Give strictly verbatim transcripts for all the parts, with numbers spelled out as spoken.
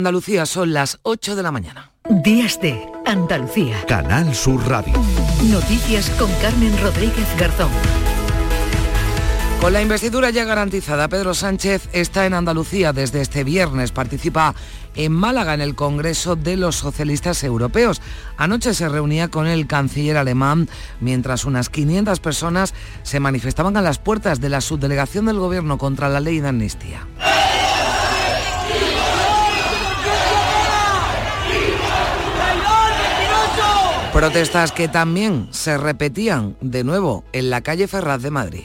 Andalucía, son las ocho de la mañana. Días de Andalucía. Canal Sur Radio. Noticias con Carmen Rodríguez Garzón. Con la investidura ya garantizada, Pedro Sánchez está en Andalucía desde este viernes. Participa en Málaga en el Congreso de los Socialistas Europeos. Anoche se reunía con el canciller alemán, mientras unas quinientas personas se manifestaban a las puertas de la subdelegación del Gobierno contra la ley de amnistía. Protestas que también se repetían de nuevo en la calle Ferraz de Madrid.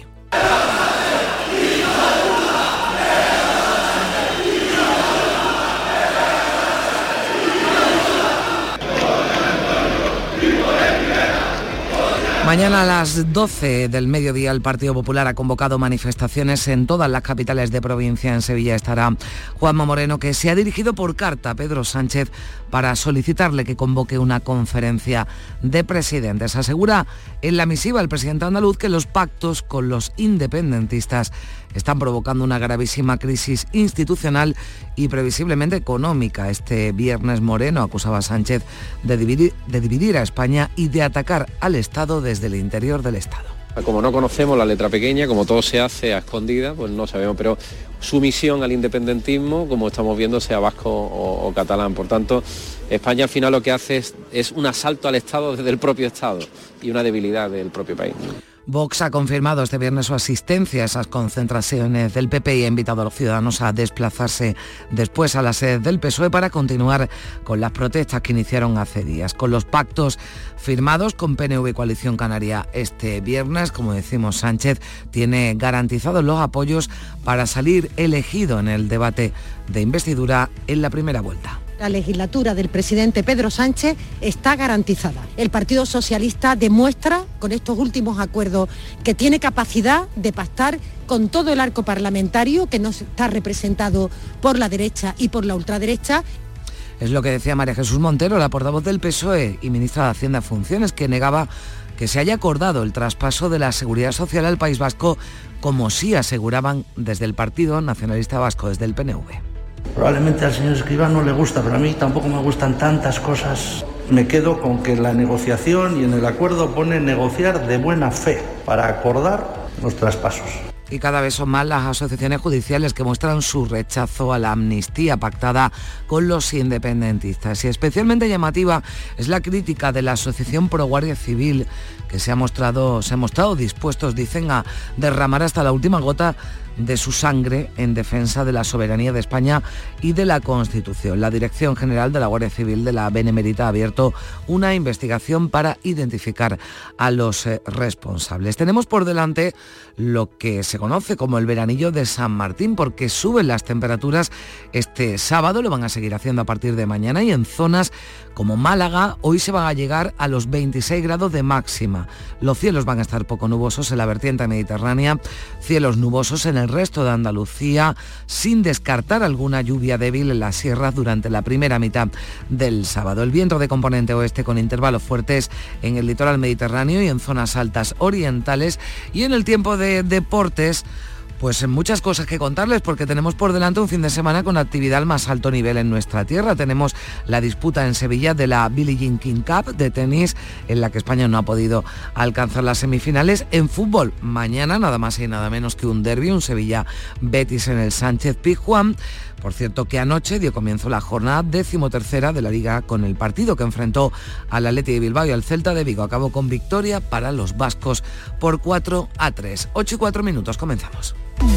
Mañana a las doce del mediodía el Partido Popular ha convocado manifestaciones en todas las capitales de provincia. En Sevilla estará Juanma Moreno, que se ha dirigido por carta a Pedro Sánchez para solicitarle que convoque una conferencia de presidentes. Asegura en la misiva el presidente andaluz que los pactos con los independentistas están provocando una gravísima crisis institucional y previsiblemente económica. Este viernes Moreno acusaba a Sánchez de dividir, de dividir a España y de atacar al Estado desde el interior del Estado. Como no conocemos la letra pequeña, como todo se hace a escondidas, pues no sabemos, pero sumisión al independentismo, como estamos viendo, sea vasco o, o catalán. Por tanto, España al final lo que hace es, es un asalto al Estado desde el propio Estado y una debilidad del propio país. Vox ha confirmado este viernes su asistencia a esas concentraciones del P P y ha invitado a los ciudadanos a desplazarse después a la sede del P S O E para continuar con las protestas que iniciaron hace días. Con los pactos firmados con P N V y Coalición Canaria este viernes, como decimos, Sánchez tiene garantizados los apoyos para salir elegido en el debate de investidura en la primera vuelta. La legislatura del presidente Pedro Sánchez está garantizada. El Partido Socialista demuestra con estos últimos acuerdos que tiene capacidad de pactar con todo el arco parlamentario, que no está representado por la derecha y por la ultraderecha. Es lo que decía María Jesús Montero, la portavoz del P S O E y ministra de Hacienda en funciones, que negaba que se haya acordado el traspaso de la Seguridad Social al País Vasco, como sí aseguraban desde el Partido Nacionalista Vasco, desde el P N V. Probablemente al señor Escrivá no le gusta, pero a mí tampoco me gustan tantas cosas. Me quedo con que la negociación y en el acuerdo pone negociar de buena fe para acordar los traspasos. Y cada vez son más las asociaciones judiciales que muestran su rechazo a la amnistía pactada con los independentistas. Y especialmente llamativa es la crítica de la Asociación Pro Guardia Civil, que se ha mostrado, se ha mostrado dispuestos, dicen, a derramar hasta la última gota de su sangre en defensa de la soberanía de España y de la Constitución. La Dirección General de la Guardia Civil de la Benemérita ha abierto una investigación para identificar a los eh, responsables. Tenemos por delante lo que se conoce como el veranillo de San Martín, porque suben las temperaturas este sábado, lo van a seguir haciendo a partir de mañana, y en zonas como Málaga hoy se van a llegar a los veintiséis grados de máxima. Los cielos van a estar poco nubosos en la vertiente mediterránea, cielos nubosos en el resto de Andalucía, sin descartar alguna lluvia débil en las sierras durante la primera mitad del sábado. El viento de componente oeste con intervalos fuertes en el litoral mediterráneo y en zonas altas orientales. Y en el tiempo de deportes, pues en muchas cosas que contarles, porque tenemos por delante un fin de semana con actividad al más alto nivel en nuestra tierra. Tenemos la disputa en Sevilla de la Billie Jean King Cup de tenis, en la que España no ha podido alcanzar las semifinales. En fútbol, mañana nada más y nada menos que un derbi, un Sevilla-Betis en el Sánchez Pizjuán. Por cierto, que anoche dio comienzo la jornada decimotercera de la Liga, con el partido que enfrentó al Athletic de Bilbao y al Celta de Vigo. Acabó con victoria para los vascos por cuatro a tres. ocho y cuatro minutos, comenzamos.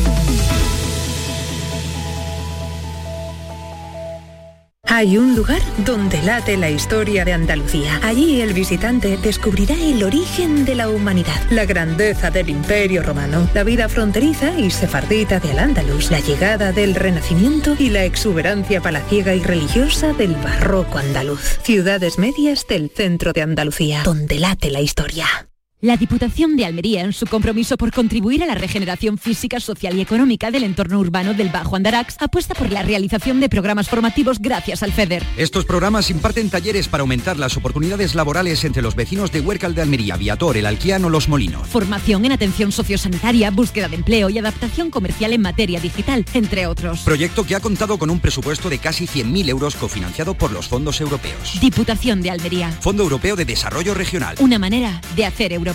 Hay un lugar donde late la historia de Andalucía. Allí el visitante descubrirá el origen de la humanidad, la grandeza del Imperio Romano, la vida fronteriza y sefardita de Al-Ándalus, la llegada del Renacimiento y la exuberancia palaciega y religiosa del barroco andaluz. Ciudades medias del centro de Andalucía, donde late la historia. La Diputación de Almería, en su compromiso por contribuir a la regeneración física, social y económica del entorno urbano del Bajo Andarax, apuesta por la realización de programas formativos gracias al FEDER. Estos programas imparten talleres para aumentar las oportunidades laborales entre los vecinos de Huércal de Almería, Viator, El Alquiano, Los Molinos. Formación en atención sociosanitaria, búsqueda de empleo y adaptación comercial en materia digital, entre otros. Proyecto que ha contado con un presupuesto de casi cien mil euros cofinanciado por los fondos europeos. Diputación de Almería. Fondo Europeo de Desarrollo Regional. Una manera de hacer Europa.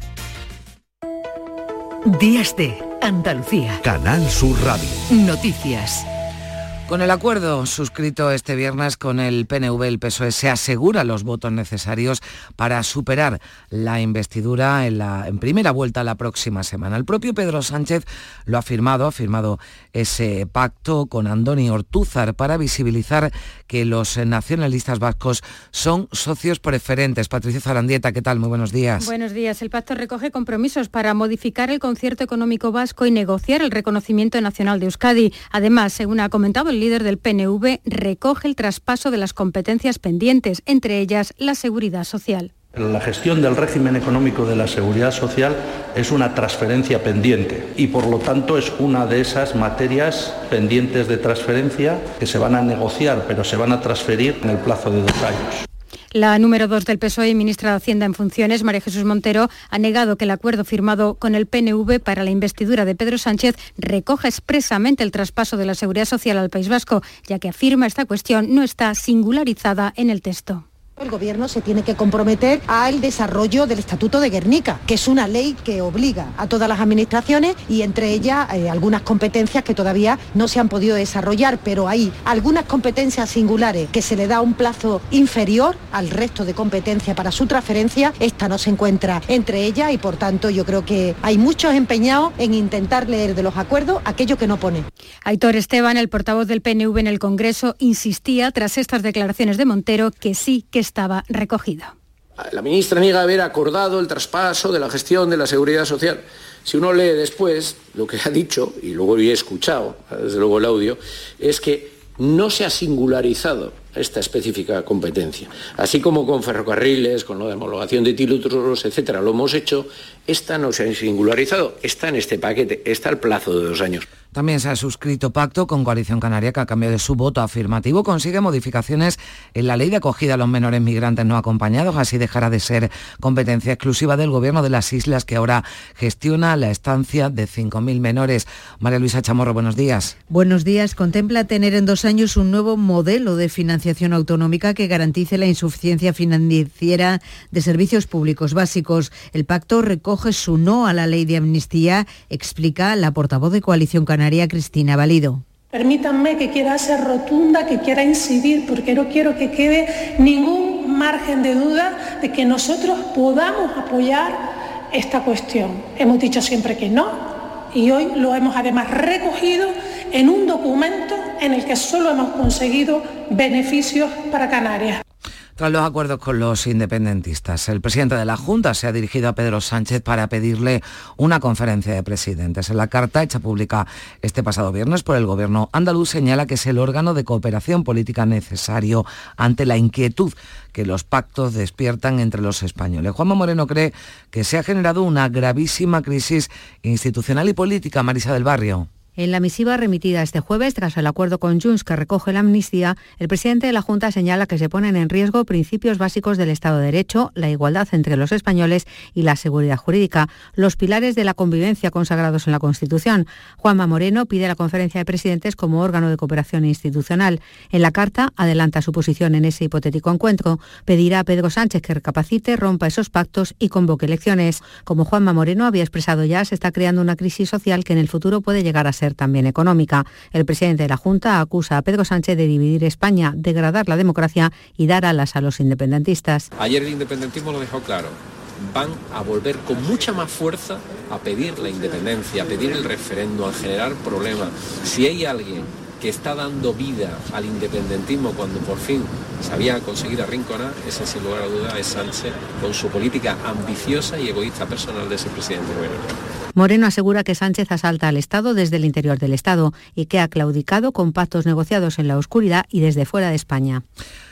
Días de Andalucía. Canal Sur Radio. Noticias. Con el acuerdo suscrito este viernes con el P N V, el P S O E se asegura los votos necesarios para superar la investidura en, la, en primera vuelta la próxima semana. El propio Pedro Sánchez lo ha firmado, ha firmado ese pacto con Andoni Ortúzar para visibilizar que los nacionalistas vascos son socios preferentes. Patricia Zarandieta, ¿qué tal? Muy buenos días. Buenos días. El pacto recoge compromisos para modificar el concierto económico vasco y negociar el reconocimiento nacional de Euskadi. Además, según ha comentado el líder del P N V, recoge el traspaso de las competencias pendientes, entre ellas la seguridad social. La gestión del régimen económico de la seguridad social es una transferencia pendiente y por lo tanto es una de esas materias pendientes de transferencia que se van a negociar, pero se van a transferir en el plazo de dos años. La número dos del P S O E y ministra de Hacienda en funciones, María Jesús Montero, ha negado que el acuerdo firmado con el P N V para la investidura de Pedro Sánchez recoja expresamente el traspaso de la seguridad social al País Vasco, ya que afirma esta cuestión no está singularizada en el texto. El Gobierno se tiene que comprometer al desarrollo del Estatuto de Guernica, que es una ley que obliga a todas las administraciones y entre ellas eh, algunas competencias que todavía no se han podido desarrollar, pero hay algunas competencias singulares que se le da un plazo inferior al resto de competencias para su transferencia. Esta no se encuentra entre ellas y por tanto yo creo que hay muchos empeñados en intentar leer de los acuerdos aquello que no pone. Aitor Esteban, el portavoz del P N V en el Congreso, insistía tras estas declaraciones de Montero que sí que estaba recogido. La ministra niega haber acordado el traspaso de la gestión de la seguridad social. Si uno lee después lo que ha dicho, y luego he escuchado, desde luego el audio, es que no se ha singularizado esta específica competencia. Así como con ferrocarriles, con la homologación de títulos, etcétera, lo hemos hecho, esta no se ha singularizado, está en este paquete, está al plazo de dos años. También se ha suscrito pacto con Coalición Canaria, que a cambio de su voto afirmativo consigue modificaciones en la ley de acogida a los menores migrantes no acompañados. Así dejará de ser competencia exclusiva del Gobierno de las Islas, que ahora gestiona la estancia de cinco mil menores. María Luisa Chamorro, buenos días. Buenos días. Contempla tener en dos años un nuevo modelo de financiación autonómica que garantice la insuficiencia financiera de servicios públicos básicos. El pacto recoge su no a la ley de amnistía, explica la portavoz de Coalición Canaria, Cristina Valido. Permítanme que quiera ser rotunda, que quiera incidir, porque no quiero que quede ningún margen de duda de que nosotros podamos apoyar esta cuestión. Hemos dicho siempre que no y hoy lo hemos además recogido en un documento en el que solo hemos conseguido beneficios para Canarias. Tras los acuerdos con los independentistas, el presidente de la Junta se ha dirigido a Pedro Sánchez para pedirle una conferencia de presidentes. En la carta hecha pública este pasado viernes por el Gobierno andaluz señala que es el órgano de cooperación política necesario ante la inquietud que los pactos despiertan entre los españoles. Juanma Moreno cree que se ha generado una gravísima crisis institucional y política. Marisa del Barrio. En la misiva remitida este jueves, tras el acuerdo con Junts que recoge la amnistía, el presidente de la Junta señala que se ponen en riesgo principios básicos del Estado de Derecho, la igualdad entre los españoles y la seguridad jurídica, los pilares de la convivencia consagrados en la Constitución. Juanma Moreno pide la conferencia de presidentes como órgano de cooperación institucional. En la carta adelanta su posición en ese hipotético encuentro. Pedirá a Pedro Sánchez que recapacite, rompa esos pactos y convoque elecciones. Como Juanma Moreno había expresado ya, se está creando una crisis social que en el futuro puede llegar a ser ser también económica. El presidente de la Junta acusa a Pedro Sánchez de dividir España, degradar la democracia y dar alas a los independentistas. Ayer el independentismo lo dejó claro. Van a volver con mucha más fuerza a pedir la independencia, a pedir el referéndum, a generar problemas. Si hay alguien que está dando vida al independentismo cuando por fin se había conseguido arrinconar, ese sin lugar a duda es Sánchez, con su política ambiciosa y egoísta personal de ese presidente del gobierno. Moreno asegura que Sánchez asalta al Estado desde el interior del Estado y que ha claudicado con pactos negociados en la oscuridad y desde fuera de España.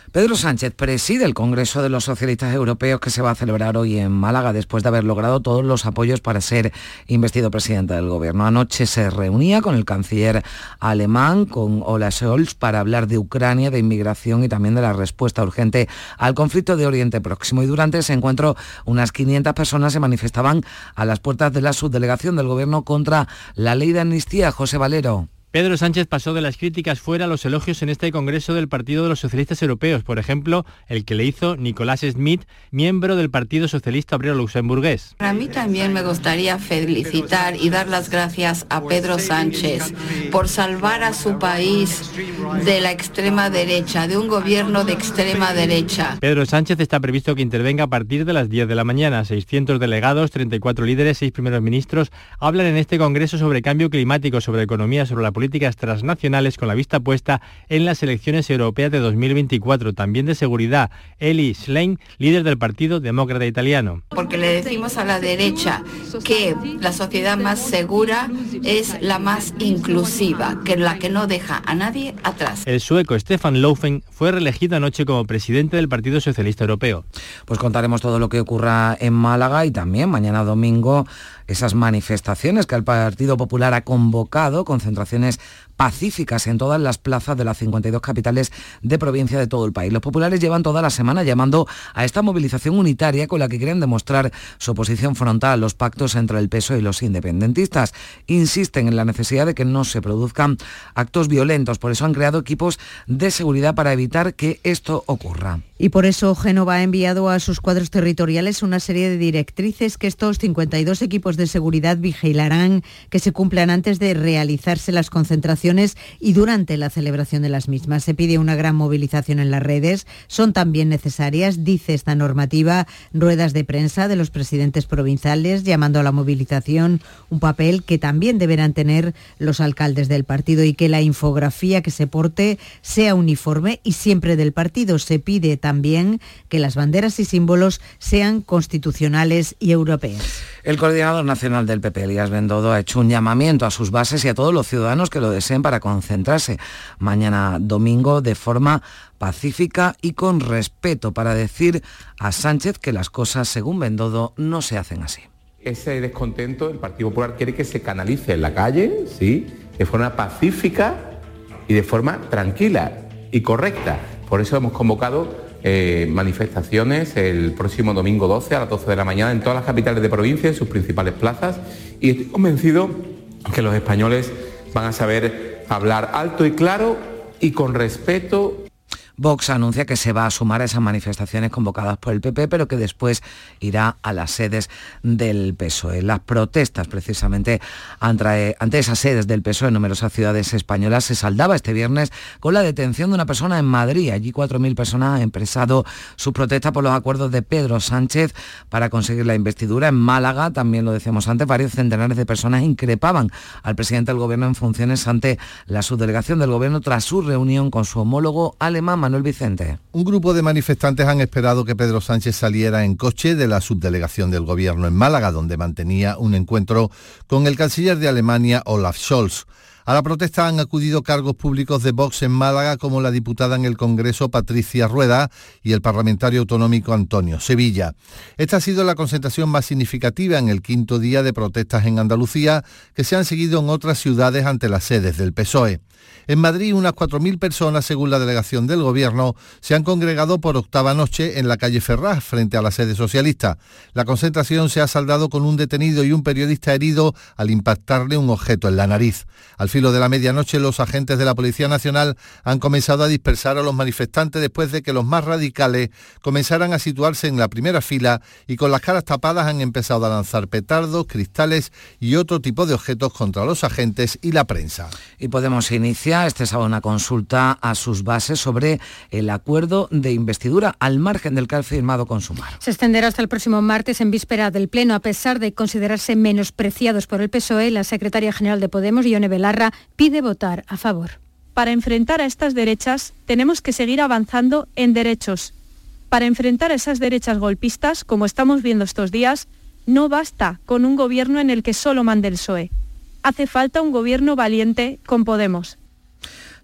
Pedro Sánchez preside el Congreso de los Socialistas Europeos que se va a celebrar hoy en Málaga después de haber logrado todos los apoyos para ser investido presidente del Gobierno. Anoche se reunía con el canciller alemán, con Olaf Scholz, para hablar de Ucrania, de inmigración y también de la respuesta urgente al conflicto de Oriente Próximo. Y durante ese encuentro unas quinientas personas se manifestaban a las puertas de la subdelegación del Gobierno contra la ley de amnistía. José Valero. Pedro Sánchez pasó de las críticas fuera a los elogios en este Congreso del Partido de los Socialistas Europeos, por ejemplo, el que le hizo Nicolás Schmid, miembro del Partido Socialista Obrero Luxemburgués. A mí también me gustaría felicitar y dar las gracias a Pedro Sánchez por salvar a su país de la extrema derecha, de un gobierno de extrema derecha. Pedro Sánchez está previsto que intervenga a partir de las diez de la mañana. seiscientos delegados, treinta y cuatro líderes, seis primeros ministros hablan en este Congreso sobre cambio climático, sobre economía, sobre la políticas transnacionales con la vista puesta en las elecciones europeas de dos mil veinticuatro, también de seguridad. Eli Schlein, líder del Partido Demócrata Italiano. Porque le decimos a la derecha que la sociedad más segura es la más inclusiva, que la que no deja a nadie atrás. El sueco Stefan Löfven fue reelegido anoche como presidente del Partido Socialista Europeo. Pues contaremos todo lo que ocurra en Málaga y también mañana domingo esas manifestaciones que el Partido Popular ha convocado, concentraciones pacíficas en todas las plazas de las cincuenta y dos capitales de provincia de todo el país. Los populares llevan toda la semana llamando a esta movilización unitaria con la que quieren demostrar su oposición frontal a los pactos entre el P S O E y los independentistas. Insisten en la necesidad de que no se produzcan actos violentos, por eso han creado equipos de seguridad para evitar que esto ocurra. Y por eso Génova ha enviado a sus cuadros territoriales una serie de directrices que estos cincuenta y dos equipos de seguridad vigilarán que se cumplan antes de realizarse las concentraciones y durante la celebración de las mismas. Se pide una gran movilización en las redes. Son también necesarias, dice esta normativa, ruedas de prensa de los presidentes provinciales llamando a la movilización, un papel que también deberán tener los alcaldes del partido, y que la infografía que se porte sea uniforme y siempre del partido. Se pide también que las banderas y símbolos sean constitucionales y europeos. El coordinador nacional del P P, Elías Bendodo, ha hecho un llamamiento a sus bases y a todos los ciudadanos que lo deseen para concentrarse mañana domingo de forma pacífica y con respeto, para decir a Sánchez que las cosas, según Bendodo, no se hacen así. Ese descontento el Partido Popular quiere que se canalice en la calle, sí, de forma pacífica y de forma tranquila y correcta. Por eso hemos convocado Eh, manifestaciones el próximo domingo doce a las doce de la mañana en todas las capitales de provincia, en sus principales plazas, y estoy convencido que los españoles van a saber hablar alto y claro y con respeto. Vox anuncia que se va a sumar a esas manifestaciones convocadas por el P P, pero que después irá a las sedes del P S O E. Las protestas, precisamente, ante, ante esas sedes del P S O E en numerosas ciudades españolas, se saldaba este viernes con la detención de una persona en Madrid. Allí cuatro mil personas han expresado su protesta por los acuerdos de Pedro Sánchez para conseguir la investidura. En Málaga, también lo decíamos antes, varios centenares de personas increpaban al presidente del Gobierno en funciones ante la subdelegación del Gobierno tras su reunión con su homólogo alemán. Manuel Vicente. Un grupo de manifestantes han esperado que Pedro Sánchez saliera en coche de la subdelegación del Gobierno en Málaga, donde mantenía un encuentro con el canciller de Alemania, Olaf Scholz. A la protesta han acudido cargos públicos de Vox en Málaga, como la diputada en el Congreso Patricia Rueda y el parlamentario autonómico Antonio Sevilla. Esta ha sido la concentración más significativa en el quinto día de protestas en Andalucía, que se han seguido en otras ciudades ante las sedes del P S O E. En Madrid, unas cuatro mil personas, según la delegación del Gobierno, se han congregado por octava noche en la calle Ferraz, frente a la sede socialista. La concentración se ha saldado con un detenido y un periodista herido al impactarle un objeto en la nariz. Al filo de la medianoche, los agentes de la Policía Nacional han comenzado a dispersar a los manifestantes después de que los más radicales comenzaran a situarse en la primera fila y con las caras tapadas han empezado a lanzar petardos, cristales y otro tipo de objetos contra los agentes y la prensa. Y Podemos inicia este sábado una consulta a sus bases sobre el acuerdo de investidura, al margen del que ha firmado con Sumar. Se extenderá hasta el próximo martes en víspera del Pleno. A pesar de considerarse menospreciados por el P S O E, la secretaria general de Podemos, Ione Belarra, pide votar a favor. Para enfrentar a estas derechas tenemos que seguir avanzando en derechos. Para enfrentar a esas derechas golpistas, como estamos viendo estos días, no basta con un gobierno en el que solo mande el P S O E. Hace falta un gobierno valiente con Podemos.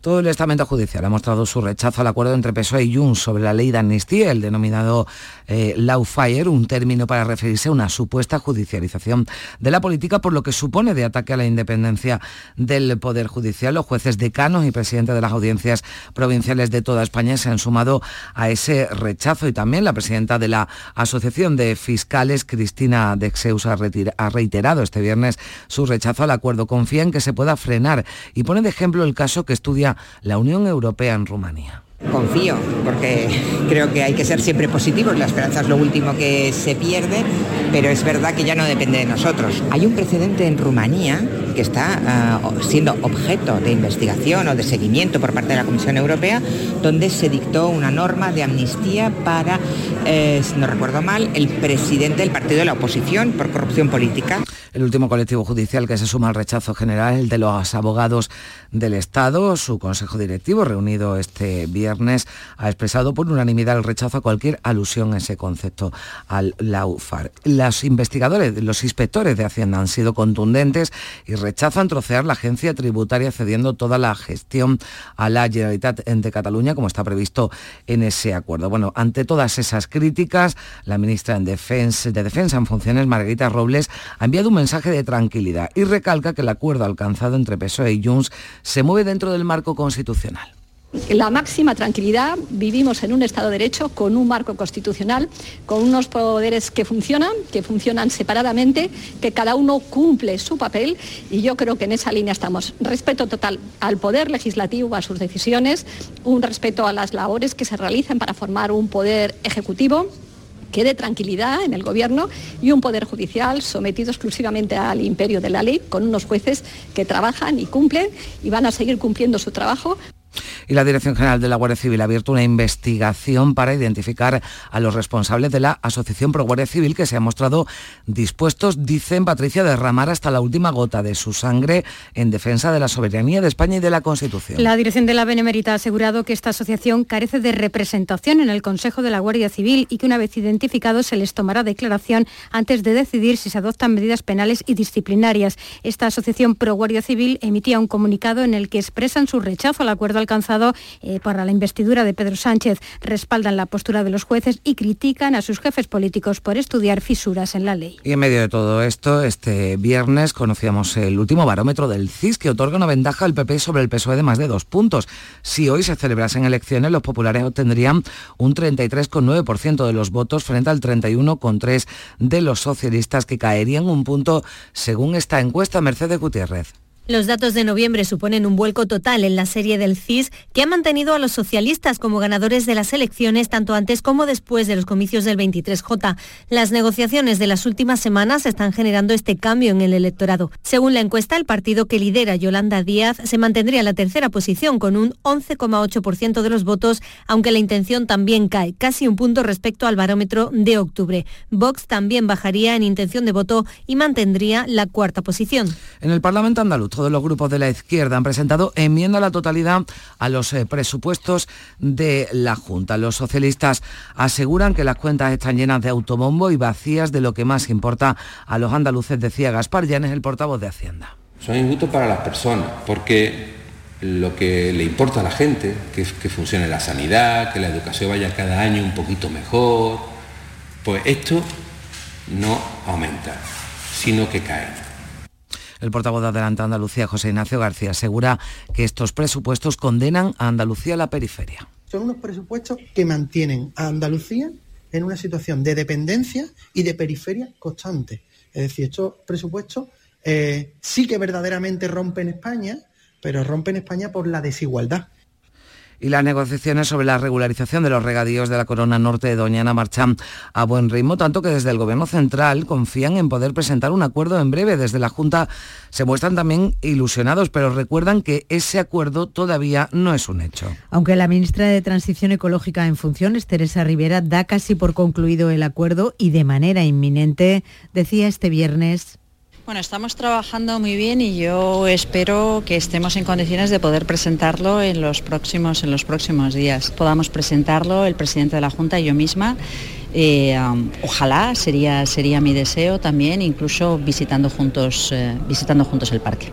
Todo el estamento judicial ha mostrado su rechazo al acuerdo entre P S O E y Junts sobre la ley de amnistía, el denominado eh, lawfare, un término para referirse a una supuesta judicialización de la política, por lo que supone de ataque a la independencia del Poder Judicial. Los jueces decanos y presidentes de las audiencias provinciales de toda España se han sumado a ese rechazo, y también la presidenta de la Asociación de Fiscales, Cristina Dexeus, ha, ha reiterado este viernes su rechazo al acuerdo. Confía en que se pueda frenar y pone de ejemplo el caso que estudia la Unión Europea en Rumanía. Confío, porque creo que hay que ser siempre positivos, la esperanza es lo último que se pierde, pero es verdad que ya no depende de nosotros. Hay un precedente en Rumanía que está uh, siendo objeto de investigación o de seguimiento por parte de la Comisión Europea, donde se dictó una norma de amnistía para, eh, si no recuerdo mal, el presidente del partido de la oposición por corrupción política. El último colectivo judicial que se suma al rechazo general, el de los abogados del Estado. Su consejo directivo, reunido este viernes, ha expresado por unanimidad el rechazo a cualquier alusión a ese concepto, al lawfare. Los investigadores, los inspectores de Hacienda han sido contundentes y rechazan trocear la agencia tributaria, cediendo toda la gestión a la Generalitat de Cataluña, como está previsto en ese acuerdo. Bueno, ante todas esas críticas, la ministra de Defensa, de Defensa en funciones, Margarita Robles, ha enviado un mensaje de tranquilidad y recalca que el acuerdo alcanzado entre P S O E y Junts se mueve dentro del marco constitucional. La máxima tranquilidad, vivimos en un Estado de Derecho con un marco constitucional, con unos poderes que funcionan, que funcionan separadamente, que cada uno cumple su papel, y yo creo que en esa línea estamos. Respeto total al Poder Legislativo, a sus decisiones, un respeto a las labores que se realizan para formar un Poder Ejecutivo que dé tranquilidad en el Gobierno, y un Poder Judicial sometido exclusivamente al imperio de la ley, con unos jueces que trabajan y cumplen y van a seguir cumpliendo su trabajo. Y la Dirección General de la Guardia Civil ha abierto una investigación para identificar a los responsables de la Asociación Pro Guardia Civil, que se han mostrado dispuestos, dicen Patricia, a derramar hasta la última gota de su sangre en defensa de la soberanía de España y de la Constitución. La dirección de la Benemérita ha asegurado que esta asociación carece de representación en el Consejo de la Guardia Civil y que, una vez identificados, se les tomará declaración antes de decidir si se adoptan medidas penales y disciplinarias. Esta asociación Pro Guardia Civil emitía un comunicado en el que expresan su rechazo al acuerdo alcanzado eh, para la investidura de Pedro Sánchez. Respaldan la postura de los jueces y critican a sus jefes políticos por estudiar fisuras en la ley. Y en medio de todo esto, este viernes conocíamos el último barómetro del C I S, que otorga una ventaja al P P sobre el P S O E de más de dos puntos. Si hoy se celebrasen elecciones, los populares obtendrían un treinta y tres coma nueve por ciento de los votos frente al treinta y uno coma tres por ciento de los socialistas, que caerían un punto según esta encuesta. Mercedes Gutiérrez. Los datos de noviembre suponen un vuelco total en la serie del C I S, que ha mantenido a los socialistas como ganadores de las elecciones tanto antes como después de los comicios del veintitrés J. Las negociaciones de las últimas semanas están generando este cambio en el electorado. Según la encuesta, el partido que lidera, Yolanda Díaz, se mantendría en la tercera posición con un once coma ocho por ciento de los votos, aunque la intención también cae, casi un punto respecto al barómetro de octubre. Vox también bajaría en intención de voto y mantendría la cuarta posición. En el Parlamento andaluz, todos los grupos de la izquierda han presentado enmienda a la totalidad a los eh, presupuestos de la Junta. Los socialistas aseguran que las cuentas están llenas de autobombo y vacías de lo que más importa a los andaluces, decía Gaspar Llanes, el portavoz de Hacienda. Son injustos para las personas, porque lo que le importa a la gente, que, que funcione la sanidad, que la educación vaya cada año un poquito mejor, pues esto no aumenta, sino que cae. El portavoz de Adelante Andalucía, José Ignacio García, asegura que estos presupuestos condenan a Andalucía a la periferia. Son unos presupuestos que mantienen a Andalucía en una situación de dependencia y de periferia constante. Es decir, estos presupuestos eh, sí que verdaderamente rompen España, pero rompen España por la desigualdad. Y las negociaciones sobre la regularización de los regadíos de la Corona Norte de Doñana marchan a buen ritmo, tanto que desde el Gobierno central confían en poder presentar un acuerdo en breve. Desde la Junta se muestran también ilusionados, pero recuerdan que ese acuerdo todavía no es un hecho. Aunque la ministra de Transición Ecológica en funciones, Teresa Rivera, da casi por concluido el acuerdo y de manera inminente, decía este viernes: Bueno, estamos trabajando muy bien y yo espero que estemos en condiciones de poder presentarlo en los próximos, en los próximos días. Podamos presentarlo el presidente de la Junta y yo misma. Eh, um, ojalá, sería, sería mi deseo también, incluso visitando juntos, eh, visitando juntos el parque.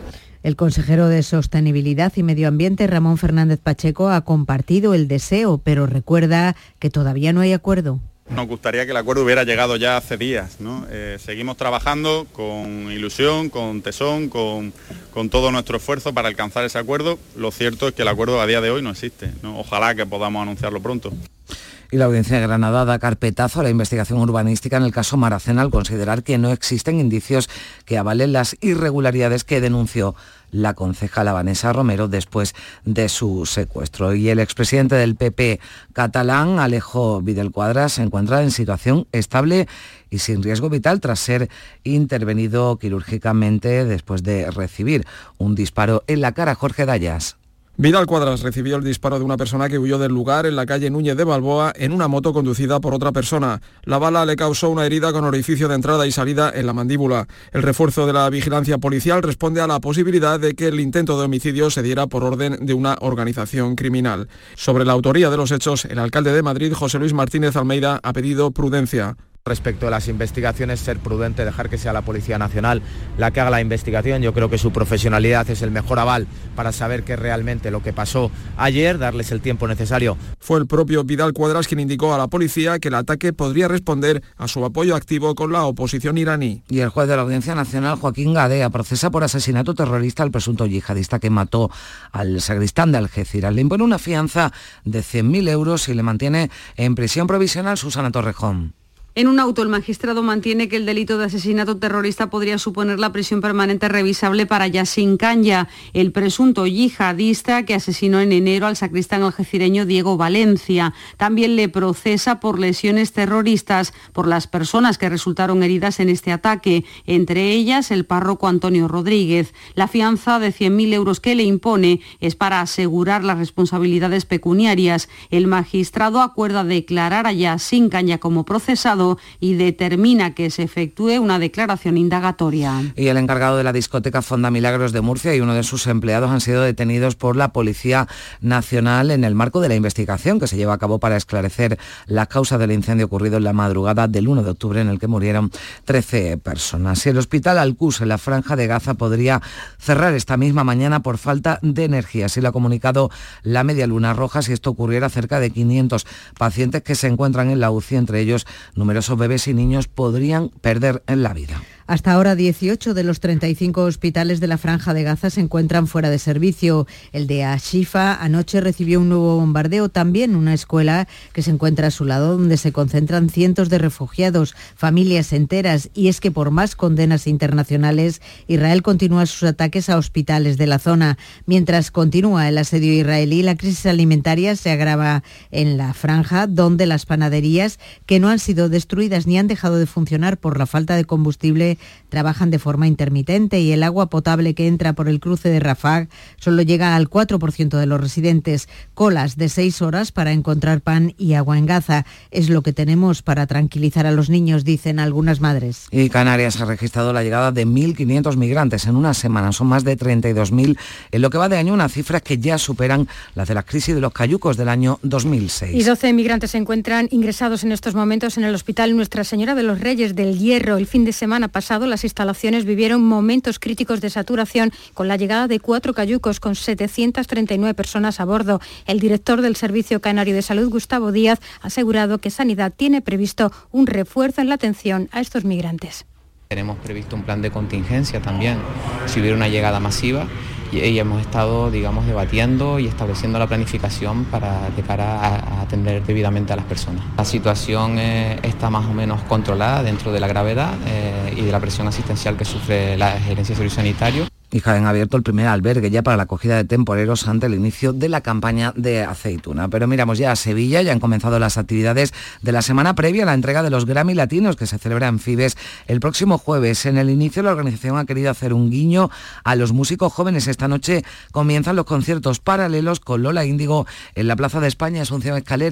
El consejero de Sostenibilidad y Medio Ambiente, Ramón Fernández Pacheco, ha compartido el deseo, pero recuerda que todavía no hay acuerdo. Nos gustaría que el acuerdo hubiera llegado ya hace días, ¿no? Eh, seguimos trabajando con ilusión, con tesón, con, con todo nuestro esfuerzo para alcanzar ese acuerdo. Lo cierto es que el acuerdo a día de hoy no existe, ¿no? Ojalá que podamos anunciarlo pronto. Y la Audiencia de Granada da carpetazo a la investigación urbanística en el caso Maracena al considerar que no existen indicios que avalen las irregularidades que denunció la concejala Vanessa Romero después de su secuestro. Y el expresidente del P P catalán, Alejo Vidal-Quadras, se encuentra en situación estable y sin riesgo vital tras ser intervenido quirúrgicamente después de recibir un disparo en la cara. Jorge Dayas. Vidal-Quadras recibió el disparo de una persona que huyó del lugar en la calle Núñez de Balboa en una moto conducida por otra persona. La bala le causó una herida con orificio de entrada y salida en la mandíbula. El refuerzo de la vigilancia policial responde a la posibilidad de que el intento de homicidio se diera por orden de una organización criminal. Sobre la autoría de los hechos, el alcalde de Madrid, José Luis Martínez Almeida, ha pedido prudencia. Respecto a las investigaciones, ser prudente, dejar que sea la Policía Nacional la que haga la investigación. Yo creo que su profesionalidad es el mejor aval para saber qué es realmente lo que pasó ayer, darles el tiempo necesario. Fue el propio Vidal-Quadras quien indicó a la policía que el ataque podría responder a su apoyo activo con la oposición iraní. Y el juez de la Audiencia Nacional, Joaquín Gadea, procesa por asesinato terrorista al presunto yihadista que mató al sacristán de Algeciras. Le impone una fianza de cien mil euros y le mantiene en prisión provisional. Susana Torrejón. En un auto, el magistrado mantiene que el delito de asesinato terrorista podría suponer la prisión permanente revisable para Yassin Kanya, el presunto yihadista que asesinó en enero al sacristán algecireño Diego Valencia. También le procesa por lesiones terroristas por las personas que resultaron heridas en este ataque, entre ellas el párroco Antonio Rodríguez. La fianza de cien mil euros que le impone es para asegurar las responsabilidades pecuniarias. El magistrado acuerda declarar a Yassin Kanya como procesado y determina que se efectúe una declaración indagatoria. Y el encargado de la discoteca Fonda Milagros de Murcia y uno de sus empleados han sido detenidos por la Policía Nacional en el marco de la investigación que se lleva a cabo para esclarecer las causas del incendio ocurrido en la madrugada del uno de octubre en el que murieron trece personas. Y el hospital Al-Quds en la Franja de Gaza podría cerrar esta misma mañana por falta de energía. Así lo ha comunicado la Media Luna Roja. Si esto ocurriera, cerca de quinientos pacientes que se encuentran en la U C I, entre ellos numerosos bebés y niños, podrían perder la vida. Hasta ahora, dieciocho de los treinta y cinco hospitales de la Franja de Gaza se encuentran fuera de servicio. El de Ashifa anoche recibió un nuevo bombardeo, también una escuela que se encuentra a su lado, donde se concentran cientos de refugiados, familias enteras. Y es que por más condenas internacionales, Israel continúa sus ataques a hospitales de la zona. Mientras continúa el asedio israelí, la crisis alimentaria se agrava en la Franja, donde las panaderías, que no han sido destruidas ni han dejado de funcionar por la falta de combustible, trabajan de forma intermitente y el agua potable que entra por el cruce de Rafah solo llega al cuatro por ciento de los residentes. Colas de seis horas para encontrar pan y agua en Gaza. Es lo que tenemos para tranquilizar a los niños, dicen algunas madres. Y Canarias ha registrado la llegada de mil quinientos migrantes en una semana. Son más de treinta y dos mil en lo que va de año, unas cifras que ya superan las de la crisis de los cayucos del año dos mil seis. Y doce migrantes se encuentran ingresados en estos momentos en el Hospital Nuestra Señora de los Reyes del Hierro. El fin de semana pasado las instalaciones vivieron momentos críticos de saturación con la llegada de cuatro cayucos con setecientas treinta y nueve personas a bordo. El director del Servicio Canario de Salud, Gustavo Díaz, ha asegurado que Sanidad tiene previsto un refuerzo en la atención a estos migrantes. Tenemos previsto un plan de contingencia también, si hubiera una llegada masiva, y, y hemos estado, digamos, debatiendo y estableciendo la planificación para de cara a, a atender debidamente a las personas. La situación eh, está más o menos controlada dentro de la gravedad eh, y de la presión asistencial que sufre la Gerencia de Servicios Sanitarios. Y Jaén ha abierto el primer albergue ya para la acogida de temporeros ante el inicio de la campaña de aceituna. Pero miramos ya a Sevilla, ya han comenzado las actividades de la semana previa a la entrega de los Grammy Latinos que se celebra en Fibes el próximo jueves. En el inicio la organización ha querido hacer un guiño a los músicos jóvenes. Esta noche comienzan los conciertos paralelos con Lola Índigo en la Plaza de España. Asunción Escalera.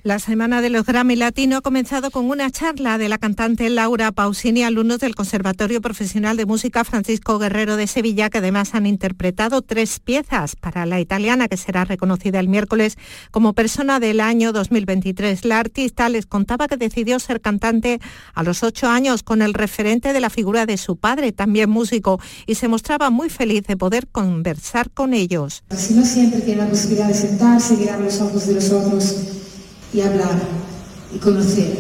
La Semana de los Grammy Latino ha comenzado con una charla de la cantante Laura Pausini, alumnos del Conservatorio Profesional de Música Francisco Guerrero de Sevilla, que además han interpretado tres piezas para la italiana, que será reconocida el miércoles como persona del año dos mil veintitrés. La artista les contaba que decidió ser cantante a los ocho años con el referente de la figura de su padre, también músico, y se mostraba muy feliz de poder conversar con ellos. Si no siempre tiene la posibilidad de sentarse, mirar los ojos de los otros y hablar y conocer.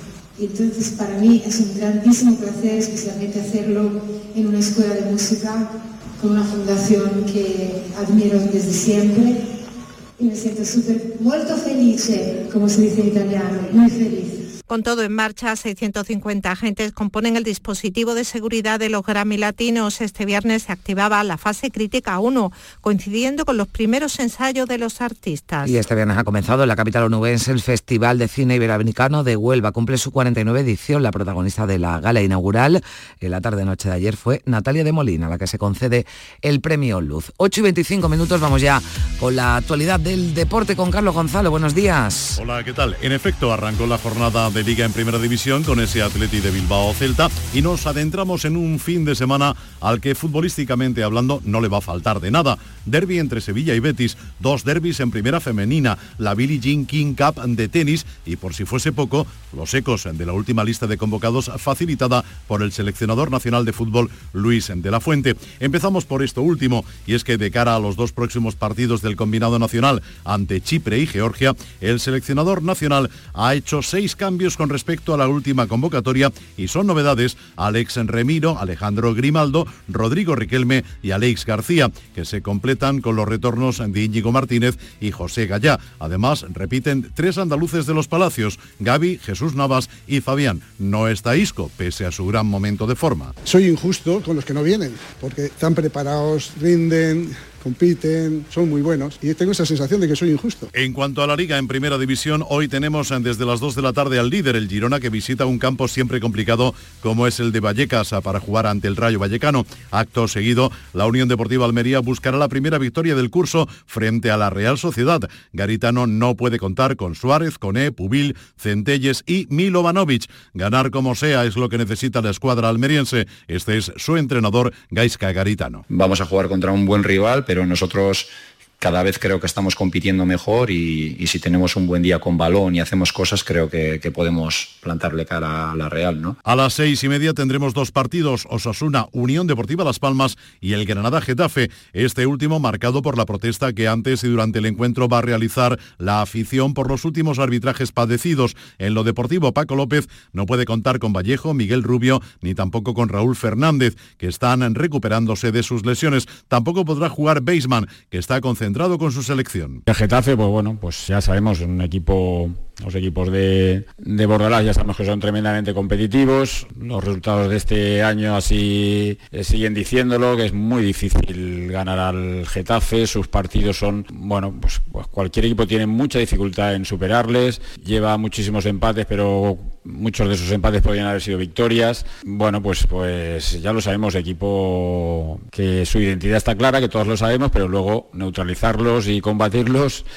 Y entonces para mí es un grandísimo placer, especialmente hacerlo en una escuela de música con una fundación que admiro desde siempre y me siento súper molto felice, como se dice en italiano, muy feliz. Con todo en marcha, seiscientos cincuenta agentes componen el dispositivo de seguridad de los Grammy Latinos. Este viernes se activaba la fase crítica uno, coincidiendo con los primeros ensayos de los artistas. Y este viernes ha comenzado en la capital onubense el Festival de Cine Iberoamericano de Huelva. Cumple su cuarenta y nueve edición. La protagonista de la gala inaugural en la tarde-noche de ayer fue Natalia de Molina, a la que se concede el premio Luz. ocho y veinticinco minutos, vamos ya con la actualidad del deporte con Carlos Gonzalo. Buenos días. Hola, ¿qué tal? En efecto, arrancó la jornada de Liga en Primera División con ese Atleti de Bilbao Celta y nos adentramos en un fin de semana al que futbolísticamente hablando no le va a faltar de nada. Derbi entre Sevilla y Betis, dos derbis en Primera Femenina, la Billie Jean King Cup de tenis y, por si fuese poco, los ecos de la última lista de convocados facilitada por el seleccionador nacional de fútbol Luis de la Fuente. Empezamos por esto último, y es que de cara a los dos próximos partidos del combinado nacional ante Chipre y Georgia, el seleccionador nacional ha hecho seis cambios con respecto a la última convocatoria y son novedades Alex Remiro, Alejandro Grimaldo, Rodrigo Riquelme y Alex García, que se completan con los retornos de Íñigo Martínez y José Gallá. Además, repiten tres andaluces de los Palacios, Gavi, Jesús Navas y Fabián. No está Isco, pese a su gran momento de forma. Soy injusto con los que no vienen, porque están preparados, rinden, compiten, son muy buenos y tengo esa sensación de que soy injusto. En cuanto a la Liga en Primera División, hoy tenemos desde las dos de la tarde al líder, el Girona, que visita un campo siempre complicado como es el de Vallecas para jugar ante el Rayo Vallecano. Acto seguido, la Unión Deportiva Almería buscará la primera victoria del curso frente a la Real Sociedad. Garitano no puede contar con Suárez, Koné, Pubil, Centelles y Milovanovic. Ganar como sea es lo que necesita la escuadra almeriense. Este es su entrenador, Gaizka Garitano. Vamos a jugar contra un buen rival, pero pero nosotros cada vez creo que estamos compitiendo mejor y, y si tenemos un buen día con balón y hacemos cosas, creo que, que podemos plantarle cara a la Real, ¿no? A las seis y media tendremos dos partidos, Osasuna, Unión Deportiva Las Palmas y el Granada Getafe, este último marcado por la protesta que antes y durante el encuentro va a realizar la afición por los últimos arbitrajes padecidos. En lo deportivo, Paco López no puede contar con Vallejo, Miguel Rubio, ni tampoco con Raúl Fernández, que están recuperándose de sus lesiones. Tampoco podrá jugar Baseman, que está concentrado con su selección. El Getafe, pues bueno, pues ya sabemos, un equipo, los equipos de, de Bordalás ya sabemos que son tremendamente competitivos. Los resultados de este año así eh, siguen diciéndolo, que es muy difícil ganar al Getafe. Sus partidos son, bueno, pues, pues cualquier equipo tiene mucha dificultad en superarles. Lleva muchísimos empates, pero muchos de esos empates podrían haber sido victorias. Bueno, pues, pues ya lo sabemos, equipo que su identidad está clara, que todos lo sabemos, pero luego neutralizarlos y combatirlos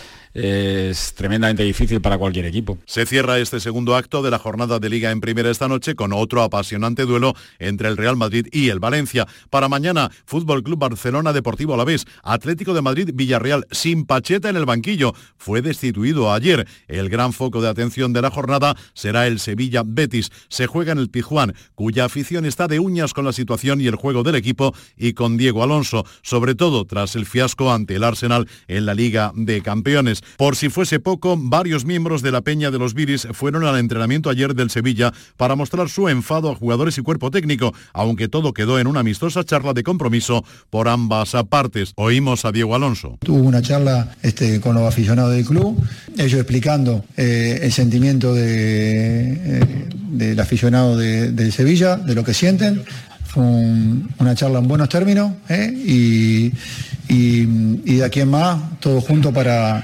es tremendamente difícil para cualquier equipo. Se cierra este segundo acto de la jornada de Liga en Primera esta noche con otro apasionante duelo entre el Real Madrid y el Valencia. Para mañana, Fútbol Club Barcelona, Deportivo Alavés, Atlético de Madrid, Villarreal, sin Pacheta en el banquillo. Fue destituido ayer. El gran foco de atención de la jornada será el Sevilla Betis. Se juega en el Pizjuán, cuya afición está de uñas con la situación y el juego del equipo y con Diego Alonso, sobre todo tras el fiasco ante el Arsenal en la Liga de Campeones. Por si fuese poco, varios miembros de la Peña de los Viris fueron al entrenamiento ayer del Sevilla para mostrar su enfado a jugadores y cuerpo técnico, aunque todo quedó en una amistosa charla de compromiso por ambas partes. Oímos a Diego Alonso. Tuvo una charla este, con los aficionados del club, ellos explicando eh, el sentimiento de, eh, del aficionado de, del Sevilla, de lo que sienten. Fue un, una charla en buenos términos, ¿eh? y, y, y de aquí en más, todos juntos para...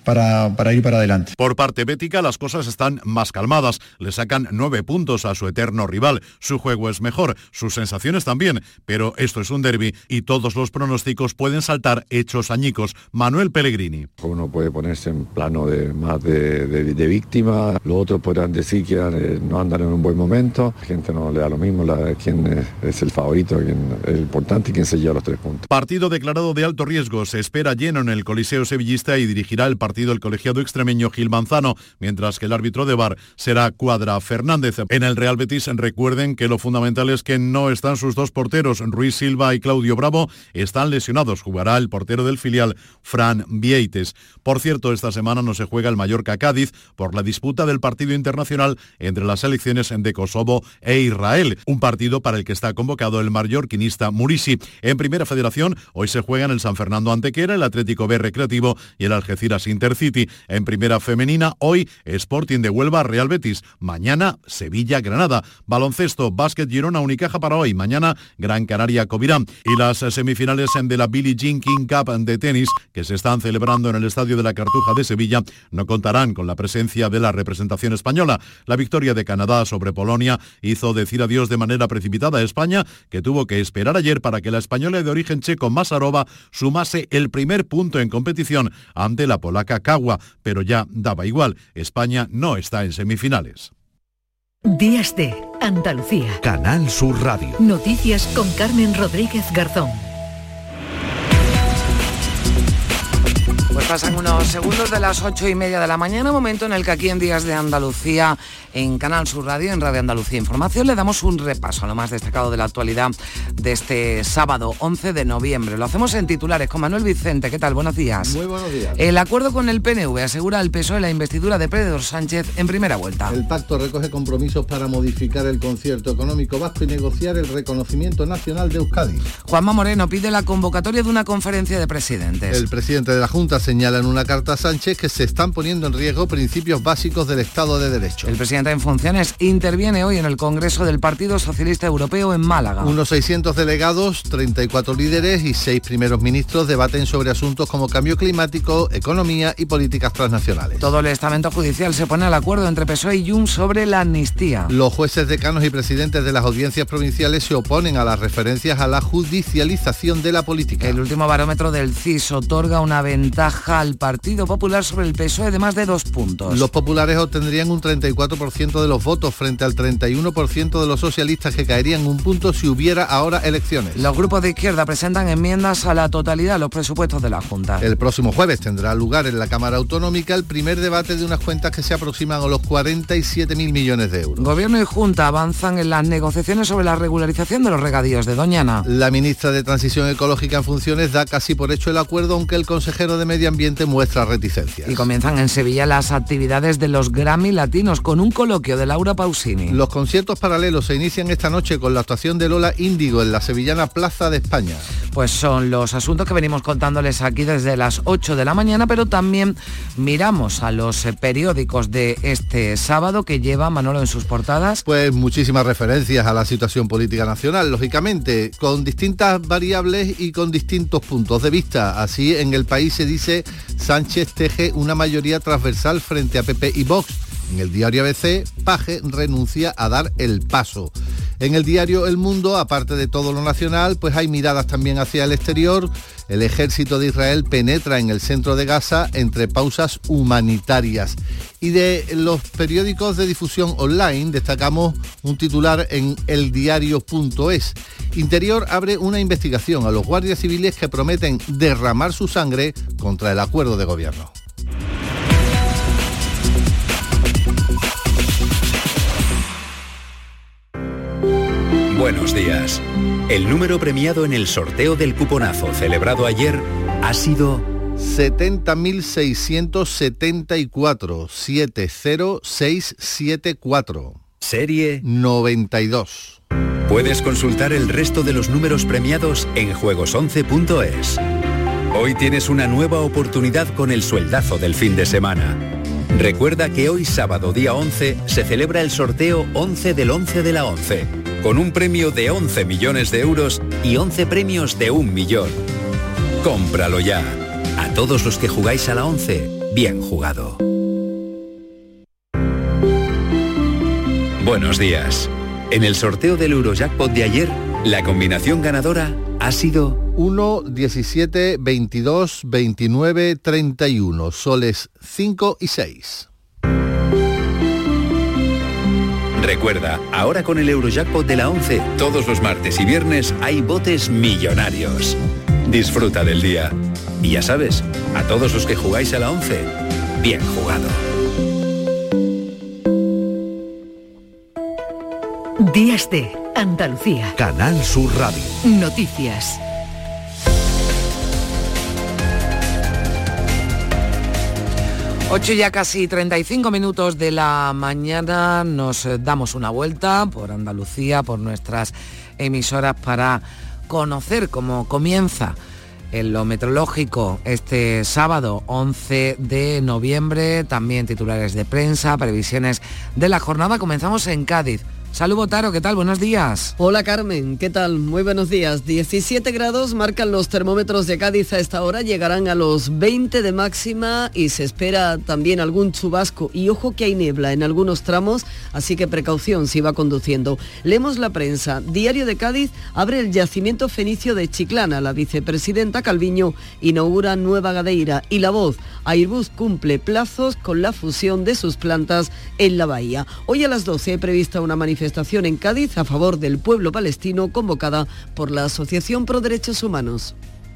para, para ir para adelante. Por parte bética las cosas están más calmadas, le sacan nueve puntos a su eterno rival, su juego es mejor, sus sensaciones también, pero esto es un derbi y todos los pronósticos pueden saltar hechos añicos. Manuel Pellegrini. Uno puede ponerse en plano de más de, de, de víctima, los otros podrán decir que no andan en un buen momento, la gente no le da lo mismo, la, quién es, es el favorito, quién es el importante y quién se lleva los tres puntos. Partido declarado de alto riesgo, se espera lleno en el Coliseo sevillista y dirigirá el partido el colegiado extremeño Gil Manzano, mientras que el árbitro de V A R será Cuadra Fernández. En el Real Betis recuerden que lo fundamental es que no están sus dos porteros, Ruiz Silva y Claudio Bravo, están lesionados, jugará el portero del filial, Fran Vieites. Por cierto, esta semana no se juega el Mallorca-Cádiz por la disputa del partido internacional entre las selecciones de Kosovo e Israel, un partido para el que está convocado el mallorquinista Murisi. En Primera Federación, hoy se juegan el San Fernando Antequera, el Atlético B Recreativo y el Algeciras Intercity. En Primera Femenina, hoy Sporting de Huelva, Real Betis. Mañana, Sevilla-Granada. Baloncesto, Básquet Girona, Unicaja para hoy. Mañana, Gran Canaria Covirán. Y las semifinales de la Billie Jean King Cup de tenis, que se están celebrando en el Estadio de la Cartuja de Sevilla, no contarán con la presencia de la representación española. La victoria de Canadá sobre Polonia hizo decir adiós de manera precipitada a España, que tuvo que esperar ayer para que la española de origen checo Masarova sumase el primer punto en competición ante la polaca Kawa, pero ya daba igual, España no está en semifinales. Días de Andalucía. Canal Sur Radio. Noticias con Carmen Rodríguez Garzón. Pues pasan unos segundos de las ocho y media de la mañana, momento en el que aquí en Días de Andalucía, en Canal Sur Radio, en Radio Andalucía Información, le damos un repaso a lo más destacado de la actualidad de este sábado once de noviembre. Lo hacemos en titulares con Manuel Vicente. ¿Qué tal? Buenos días. Muy buenos días. El acuerdo con el P N V asegura al P S O E la investidura de Pedro Sánchez en primera vuelta. El pacto recoge compromisos para modificar el concierto económico vasco y negociar el reconocimiento nacional de Euskadi. Juanma Moreno pide la convocatoria de una conferencia de presidentes. El presidente de la Junta señala en una carta a Sánchez que se están poniendo en riesgo principios básicos del Estado de Derecho. El presidente en funciones interviene hoy en el Congreso del Partido Socialista Europeo en Málaga. Unos seiscientos delegados, treinta y cuatro líderes y seis primeros ministros debaten sobre asuntos como cambio climático, economía y políticas transnacionales. Todo el estamento judicial se pone al acuerdo entre P S O E y Junts sobre la amnistía. Los jueces decanos y presidentes de las audiencias provinciales se oponen a las referencias a la judicialización de la política. El último barómetro del C I S otorga una ventaja al Partido Popular sobre el P S O E de más de dos puntos. Los populares obtendrían un treinta y cuatro por ciento de los votos frente al treinta y uno por ciento de los socialistas, que caerían un punto si hubiera ahora elecciones. Los grupos de izquierda presentan enmiendas a la totalidad a los presupuestos de la Junta. El próximo jueves tendrá lugar en la Cámara Autonómica el primer debate de unas cuentas que se aproximan a los cuarenta y siete mil millones de euros. Gobierno y Junta avanzan en las negociaciones sobre la regularización de los regadíos de Doñana. La ministra de Transición Ecológica en funciones da casi por hecho el acuerdo, aunque el consejero de Medio Ambiente muestra reticencias. Y comienzan en Sevilla las actividades de los Grammy Latinos con un coloquio de Laura Pausini. Los conciertos paralelos se inician esta noche con la actuación de Lola Índigo en la sevillana Plaza de España. Pues son los asuntos que venimos contándoles aquí desde las ocho de la mañana, pero también miramos a los periódicos de este sábado que lleva Manolo en sus portadas. Pues muchísimas referencias a la situación política nacional, lógicamente, con distintas variables y con distintos puntos de vista. Así, en El País se dice: Sánchez teje una mayoría transversal frente a P P y Vox. En el diario A B C, Paje renuncia a dar el paso. En el diario El Mundo, aparte de todo lo nacional, pues hay miradas también hacia el exterior. El ejército de Israel penetra en el centro de Gaza entre pausas humanitarias. Y de los periódicos de difusión online destacamos un titular en eldiario punto es. Interior abre una investigación a los guardias civiles que prometen derramar su sangre contra el acuerdo de gobierno. Buenos días. El número premiado en el sorteo del cuponazo celebrado ayer ha sido setenta mil seiscientos setenta y cuatro, siete cero seis siete cuatro. Serie noventa y dos. Puedes consultar el resto de los números premiados en juegos once punto es. Hoy tienes una nueva oportunidad con el sueldazo del fin de semana. Recuerda que hoy sábado día once se celebra el sorteo once del once de la once, con un premio de once millones de euros y once premios de un millón. Cómpralo ya. A todos los que jugáis a la once, bien jugado. Buenos días. En el sorteo del Eurojackpot de ayer, la combinación ganadora ha sido uno, diecisiete, veintidós, veintinueve, treinta y uno, soles cinco y seis. Recuerda, ahora con el Eurojackpot de la once, todos los martes y viernes hay botes millonarios. Disfruta del día. Y ya sabes, a todos los que jugáis a la once, bien jugado. Días de Andalucía. Canal Sur Radio. Noticias. Ocho ya casi treinta y cinco minutos de la mañana, nos damos una vuelta por Andalucía, por nuestras emisoras para conocer cómo comienza en lo meteorológico este sábado once de noviembre, también titulares de prensa, previsiones de la jornada. Comenzamos en Cádiz. Salud Botaro, ¿qué tal? Buenos días. Hola Carmen, ¿qué tal? Muy buenos días. diecisiete grados marcan los termómetros de Cádiz a esta hora, llegarán a los veinte de máxima y se espera también algún chubasco. Y ojo que hay niebla en algunos tramos, así que precaución si va conduciendo. Leemos la prensa. Diario de Cádiz abre el yacimiento fenicio de Chiclana. La vicepresidenta Calviño inaugura Nueva Gadeira. Y La Voz, Airbus cumple plazos con la fusión de sus plantas en la bahía. Hoy a las doce hay prevista una manifestación manifestación en Cádiz a favor del pueblo palestino convocada por la Asociación Pro Derechos Humanos.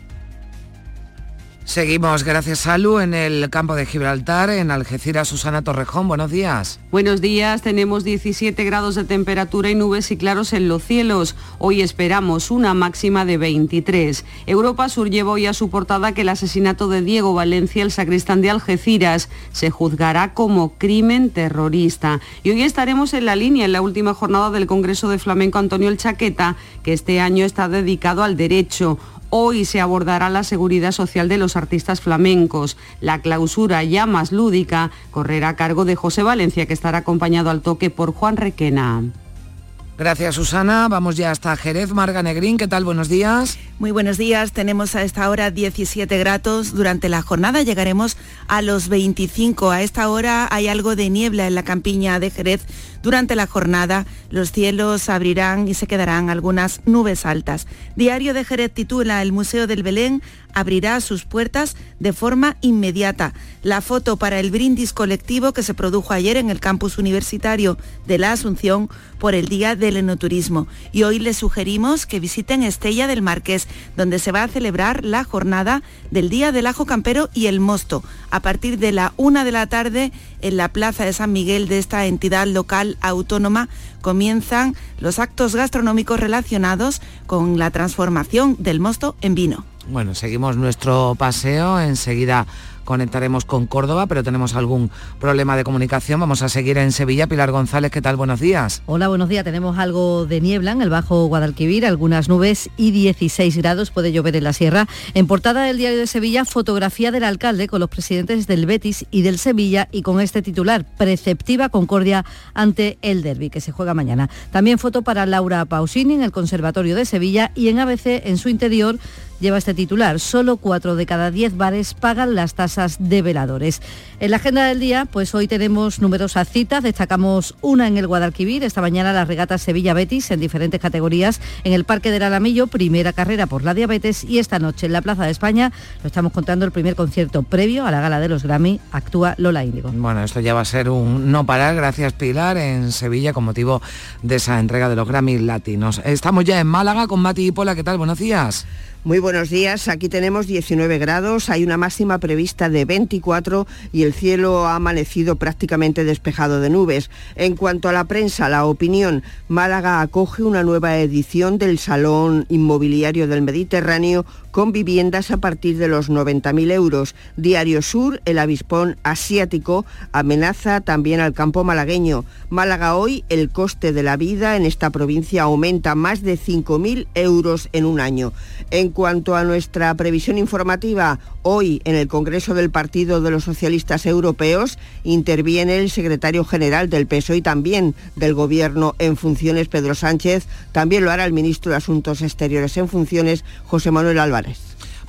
Seguimos, gracias Salu, en el campo de Gibraltar, en Algeciras. Susana Torrejón, buenos días. Buenos días, tenemos diecisiete grados de temperatura y nubes y claros en los cielos. Hoy esperamos una máxima de veintitrés. Europa Sur lleva hoy a su portada que el asesinato de Diego Valencia, el sacristán de Algeciras, se juzgará como crimen terrorista. Y hoy estaremos en la línea, en la última jornada del Congreso de Flamenco Antonio El Chaqueta, que este año está dedicado al derecho. Hoy se abordará la seguridad social de los artistas flamencos. La clausura, ya más lúdica, correrá a cargo de José Valencia, que estará acompañado al toque por Juan Requena. Gracias, Susana. Vamos ya hasta Jerez. Marga Negrín, ¿qué tal? Buenos días. Muy buenos días. Tenemos a esta hora diecisiete grados. Durante la jornada llegaremos a los veinticinco. A esta hora hay algo de niebla en la campiña de Jerez. Durante la jornada los cielos se abrirán y se quedarán algunas nubes altas. Diario de Jerez titula: el Museo del Belén abrirá sus puertas de forma inmediata. La foto para el brindis colectivo que se produjo ayer en el campus universitario de la Asunción por el Día del Enoturismo. Y hoy les sugerimos que visiten Estella del Marqués, donde se va a celebrar la jornada del Día del Ajo Campero y el Mosto. A partir de la una de la tarde, en la plaza de San Miguel de esta entidad local autónoma, comienzan los actos gastronómicos relacionados con la transformación del mosto en vino. Bueno, seguimos nuestro paseo, enseguida conectaremos con Córdoba, pero tenemos algún problema de comunicación. Vamos a seguir en Sevilla. Pilar González, ¿qué tal? Buenos días. Hola, buenos días. Tenemos algo de niebla en el Bajo Guadalquivir, algunas nubes y dieciséis grados, puede llover en la sierra. En portada del Diario de Sevilla, fotografía del alcalde con los presidentes del Betis y del Sevilla y con este titular: preceptiva concordia ante el derbi, que se juega mañana. También foto para Laura Pausini en el Conservatorio de Sevilla, y en A B C, en su interior, lleva este titular: solo cuatro de cada diez bares pagan las tasas de veladores. En la agenda del día, pues hoy tenemos numerosas citas, destacamos una en el Guadalquivir, esta mañana las regatas Sevilla-Betis en diferentes categorías, en el Parque del Alamillo, primera carrera por la diabetes, y esta noche en la Plaza de España, lo estamos contando, el primer concierto previo a la gala de los Grammy, actúa Lola Índigo. Bueno, esto ya va a ser un no parar, gracias Pilar, en Sevilla con motivo de esa entrega de los Grammy latinos. Estamos ya en Málaga con Mati y Pola, ¿qué tal? Buenos días. Muy buenos días, aquí tenemos diecinueve grados, hay una máxima prevista de veinticuatro y el cielo ha amanecido prácticamente despejado de nubes. En cuanto a la prensa, la opinión, Málaga acoge una nueva edición del Salón Inmobiliario del Mediterráneo con viviendas a partir de los noventa mil euros. Diario Sur, el avispón asiático amenaza también al campo malagueño. Málaga hoy, el coste de la vida en esta provincia aumenta más de cinco mil euros en un año. En cuanto a nuestra previsión informativa, hoy en el Congreso del Partido de los Socialistas Europeos interviene el secretario general del P S O E y también del Gobierno en funciones, Pedro Sánchez. También lo hará el ministro de Asuntos Exteriores en funciones, José Manuel Álvarez.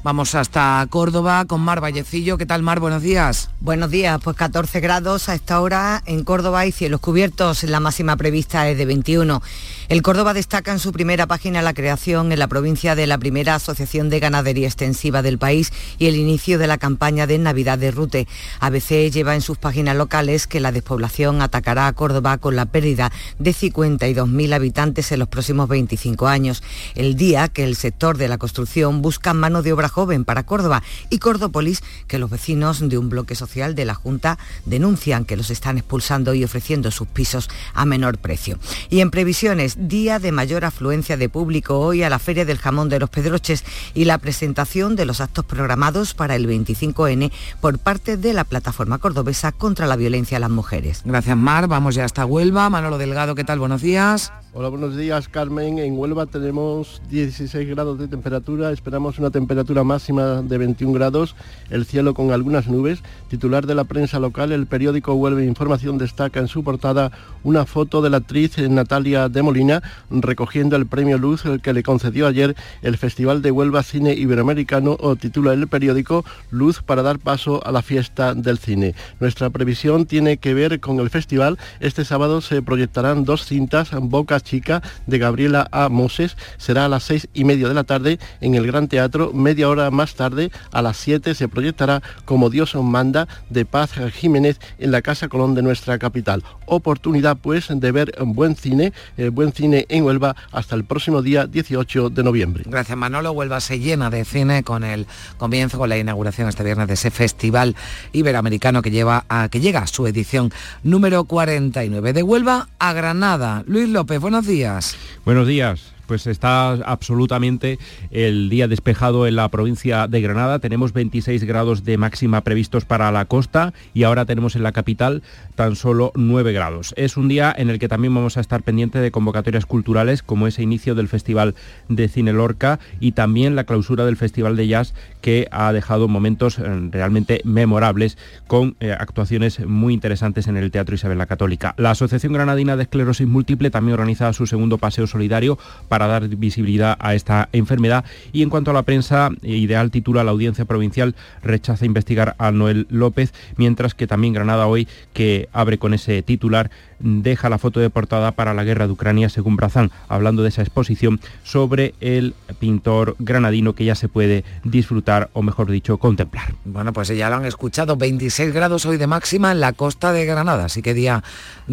Vamos hasta Córdoba con Mar Vallecillo. ¿Qué tal, Mar? Buenos días. Buenos días, pues catorce grados a esta hora en Córdoba y cielos cubiertos. La máxima prevista es de veintiuno. El Córdoba destaca en su primera página la creación en la provincia de la primera asociación de ganadería extensiva del país y el inicio de la campaña de Navidad de Rute. A B C lleva en sus páginas locales que la despoblación atacará a Córdoba con la pérdida de cincuenta y dos mil habitantes en los próximos veinticinco años. El día que el sector de la construcción busca mano de obra joven para Córdoba y Cordópolis, que los vecinos de un bloque social de la Junta denuncian que los están expulsando y ofreciendo sus pisos a menor precio. Y en previsiones, día de mayor afluencia de público hoy a la Feria del Jamón de los Pedroches y la presentación de los actos programados para el veinticinco ene por parte de la Plataforma Cordobesa contra la Violencia a las Mujeres. Gracias, Mar. Vamos ya hasta Huelva. Manolo Delgado, ¿qué tal? Buenos días. Hola, buenos días, Carmen. En Huelva tenemos dieciséis grados de temperatura, esperamos una temperatura máxima de veintiún grados, el cielo con algunas nubes. Titular de la prensa local, el periódico Huelva Información destaca en su portada una foto de la actriz Natalia de Molina recogiendo el premio Luz, el que le concedió ayer el Festival de Huelva Cine Iberoamericano, o titula el periódico Luz para dar paso a la fiesta del cine. Nuestra previsión tiene que ver con el festival. Este sábado se proyectarán dos cintas, Boca Chica de Gabriela A. Moses, será a las seis y media de la tarde en el Gran Teatro. Media hora más tarde, a las siete, se proyectará Como Dios os manda de Paz Jiménez en la Casa Colón de nuestra capital. Oportunidad pues de ver buen cine, eh, buen cine en Huelva hasta el próximo día dieciocho de noviembre. Gracias, Manolo. Huelva se llena de cine con el comienzo, con la inauguración este viernes de ese Festival Iberoamericano que lleva a, que llega a su edición número cuarenta y nueve. De Huelva a Granada, Luis López, buenos días. Buenos días. Pues está absolutamente el día despejado en la provincia de Granada. Tenemos veintiséis grados de máxima previstos para la costa y ahora tenemos en la capital tan solo nueve grados. Es un día en el que también vamos a estar pendientes de convocatorias culturales como ese inicio del Festival de Cine Lorca y también la clausura del Festival de Jazz, que ha dejado momentos realmente memorables con eh, actuaciones muy interesantes en el Teatro Isabel la Católica. La Asociación Granadina de Esclerosis Múltiple también organiza su segundo paseo solidario para dar visibilidad a esta enfermedad. Y en cuanto a la prensa, Ideal titula: la Audiencia Provincial rechaza investigar a Noel López, mientras que también Granada Hoy, que abre con ese titular, deja la foto de portada para la guerra de Ucrania, según Brazán, hablando de esa exposición sobre el pintor granadino que ya se puede disfrutar, o mejor dicho, contemplar. Bueno, pues ya lo han escuchado, veintiséis grados hoy de máxima en la costa de Granada, así que día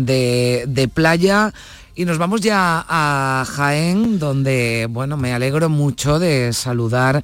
de, de playa. Y nos vamos ya a Jaén, donde, bueno, me alegro mucho de saludar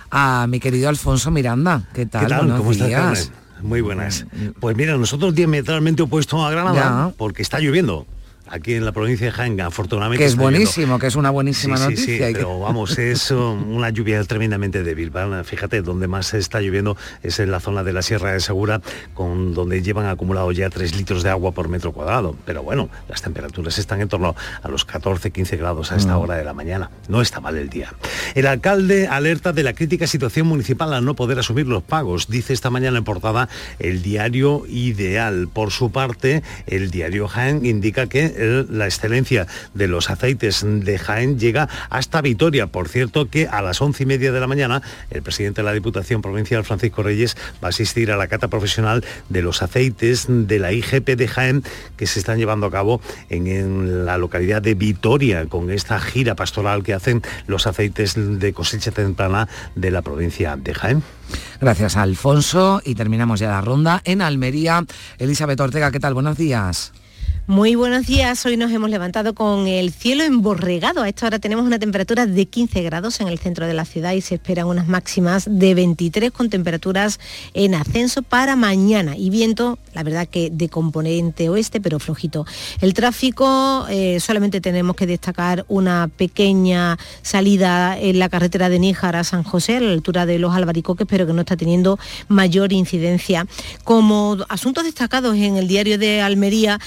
a mi querido Alfonso Miranda. ¿Qué tal? ¿Qué tal? Buenos ¿Cómo días. estás, Carmen? Muy buenas. Pues mira, nosotros diametralmente opuestos a Granada, ya, porque está lloviendo. Aquí en la provincia de Jaén, afortunadamente. Que es buenísimo, lloviendo. Que es una buenísima sí, noticia. Sí, sí, pero vamos, es una lluvia tremendamente débil. ¿Vale? Fíjate, donde más está lloviendo es en la zona de la Sierra de Segura, con donde llevan acumulado ya tres litros de agua por metro cuadrado. Pero bueno, las temperaturas están en torno a los catorce, quince grados a esta no. hora de la mañana. No está mal el día. El alcalde alerta de la crítica situación municipal al no poder asumir los pagos. Dice esta mañana en portada el diario Ideal. Por su parte, el diario Jaén indica que el, la excelencia de los aceites de Jaén llega hasta Vitoria. Por cierto, que a las once y media de la mañana el presidente de la Diputación Provincial, Francisco Reyes, va a asistir a la cata profesional de los aceites de la I G P de Jaén, que se están llevando a cabo en, en la localidad de Vitoria, con esta gira pastoral que hacen los aceites de cosecha temprana de la provincia de Jaén. Gracias, Alfonso. Y terminamos ya la ronda en Almería. Elizabeth Ortega, ¿qué tal? Buenos días. Muy buenos días, hoy nos hemos levantado con el cielo emborregado. A esta hora tenemos una temperatura de quince grados en el centro de la ciudad y se esperan unas máximas de veintitrés con temperaturas en ascenso para mañana. Y viento, la verdad que de componente oeste, pero flojito. El tráfico, eh, solamente tenemos que destacar una pequeña salida en la carretera de Níjar a San José, a la altura de los Albaricoques, pero que no está teniendo mayor incidencia. Como asuntos destacados en el diario de Almería,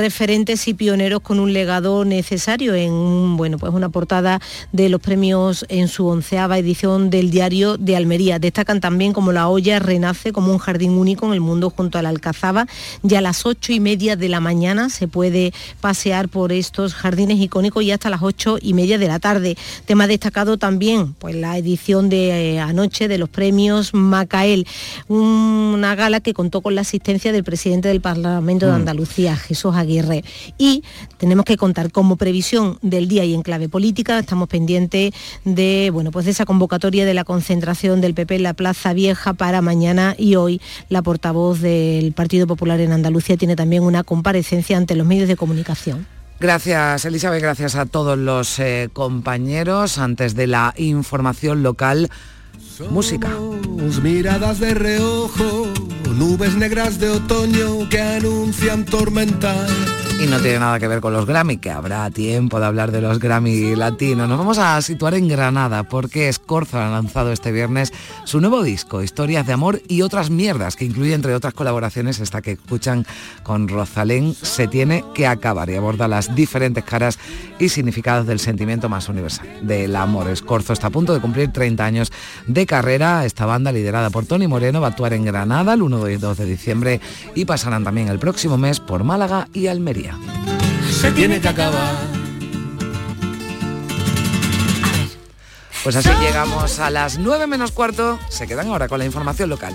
referentes y pioneros con un legado necesario en bueno, pues una portada de los premios en su onceava edición del Diario de Almería. Destacan también como La Hoya renace como un jardín único en el mundo junto a la Alcazaba. Ya a las ocho y media de la mañana se puede pasear por estos jardines icónicos y hasta las ocho y media de la tarde. Tema destacado también, pues la edición de eh, anoche de los premios Macael, una gala que contó con la asistencia del presidente del Parlamento de Andalucía, Jesús Aguirre. Y tenemos que contar como previsión del día y en clave política, estamos pendientes de, bueno, pues de esa convocatoria de la concentración del P P en la Plaza Vieja para mañana, y hoy la portavoz del Partido Popular en Andalucía tiene también una comparecencia ante los medios de comunicación. Gracias, Elizabeth, gracias a todos los eh, compañeros. Antes de la información local, música. Somos miradas de reojo, nubes negras de otoño que anuncian tormenta. Y no tiene nada que ver con los Grammy, que habrá tiempo de hablar de los Grammy latinos. Nos vamos a situar en Granada, porque Scorza ha lanzado este viernes su nuevo disco, Historias de Amor y Otras Mierdas, que incluye, entre otras colaboraciones, esta que escuchan con Rosalén, Se Tiene que Acabar, y aborda las diferentes caras y significados del sentimiento más universal, del amor. Scorza está a punto de cumplir treinta años de carrera. Esta banda, liderada por Tony Moreno, va a actuar en Granada el uno y dos de diciembre y pasarán también el próximo mes por Málaga y Almería. Se tiene que acabar. Pues así llegamos a las nueve menos cuarto. Se quedan ahora con la información local.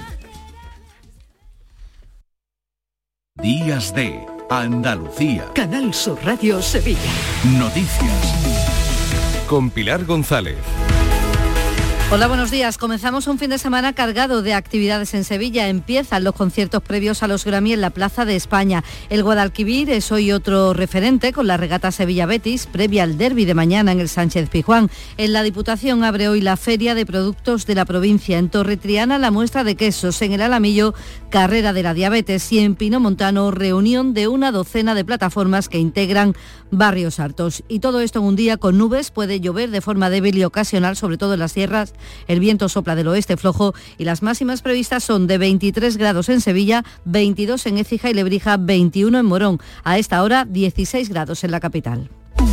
Días de Andalucía. Canal Sur Radio Sevilla. Noticias. Con Pilar González. Hola, buenos días. Comenzamos un fin de semana cargado de actividades en Sevilla. Empiezan los conciertos previos a los Grammy en la Plaza de España. El Guadalquivir es hoy otro referente con la regata Sevilla-Betis, previa al derbi de mañana en el Sánchez Pizjuán. En la Diputación abre hoy la Feria de Productos de la Provincia. En Torre Triana, la muestra de quesos. En el Alamillo, carrera de la diabetes. Y en Pinomontano, reunión de una docena de plataformas que integran barrios hartos. Y todo esto en un día con nubes. Puede llover de forma débil y ocasional, sobre todo en las sierras. El viento sopla del oeste flojo y las máximas previstas son de veintitrés grados en Sevilla, veintidós en Écija y Lebrija, veintiuno en Morón. A esta hora, dieciséis grados en la capital.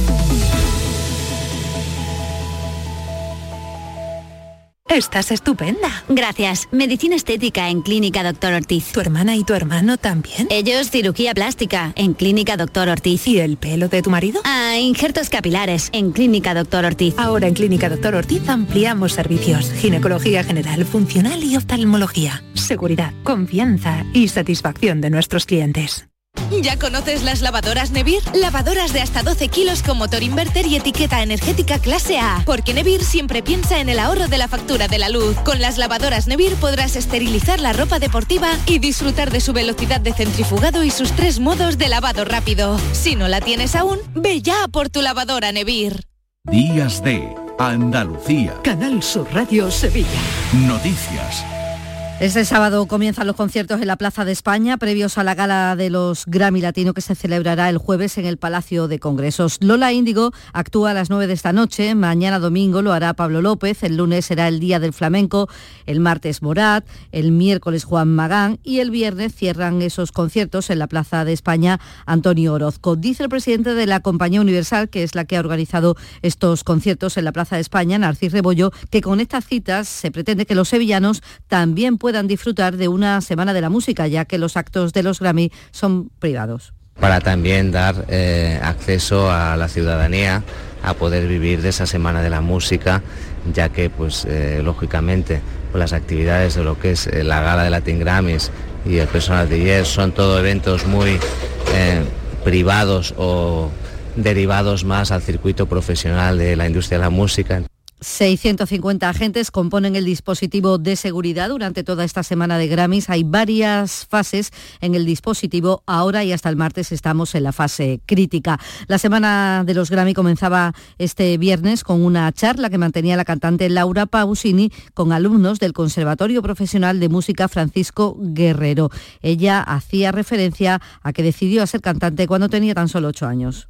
Estás estupenda. Gracias. Medicina estética en Clínica Doctor Ortiz. ¿Tu hermana y tu hermano también? Ellos cirugía plástica en Clínica Doctor Ortiz. ¿Y el pelo de tu marido? Ah, injertos capilares en Clínica Doctor Ortiz. Ahora en Clínica Doctor Ortiz ampliamos servicios. Ginecología general, funcional y oftalmología. Seguridad, confianza y satisfacción de nuestros clientes. ¿Ya conoces las lavadoras Nevir? Lavadoras de hasta doce kilos con motor inverter y etiqueta energética clase A. Porque Nevir siempre piensa en el ahorro de la factura de la luz. Con las lavadoras Nevir podrás esterilizar la ropa deportiva y disfrutar de su velocidad de centrifugado y sus tres modos de lavado rápido. Si no la tienes aún, ve ya por tu lavadora Nevir. Días de Andalucía. Canal Sur Radio Sevilla. Noticias. Este sábado comienzan los conciertos en la Plaza de España, previos a la gala de los Grammy Latino que se celebrará el jueves en el Palacio de Congresos. Lola Índigo actúa a las nueve de esta noche, mañana domingo lo hará Pablo López, el lunes será el Día del Flamenco, el martes Morat, el miércoles Juan Magán y el viernes cierran esos conciertos en la Plaza de España Antonio Orozco. Dice el presidente de la Compañía Universal, que es la que ha organizado estos conciertos en la Plaza de España, Narcís Rebollo, que con estas citas se pretende que los sevillanos también puedan disfrutar de una semana de la música, ya que los actos de los Grammy son privados. Para también dar eh, acceso a la ciudadanía a poder vivir de esa semana de la música, ya que pues eh, lógicamente pues, las actividades de lo que es eh, la gala de Latin Grammys y el Personal de Yes son todo eventos muy eh, privados o derivados más al circuito profesional de la industria de la música. seiscientos cincuenta agentes componen el dispositivo de seguridad durante toda esta semana de Grammys. Hay varias fases en el dispositivo. Ahora y hasta el martes estamos en la fase crítica. La semana de los Grammy comenzaba este viernes con una charla que mantenía la cantante Laura Pausini con alumnos del Conservatorio Profesional de Música Francisco Guerrero. Ella hacía referencia a que decidió ser cantante cuando tenía tan solo ocho años.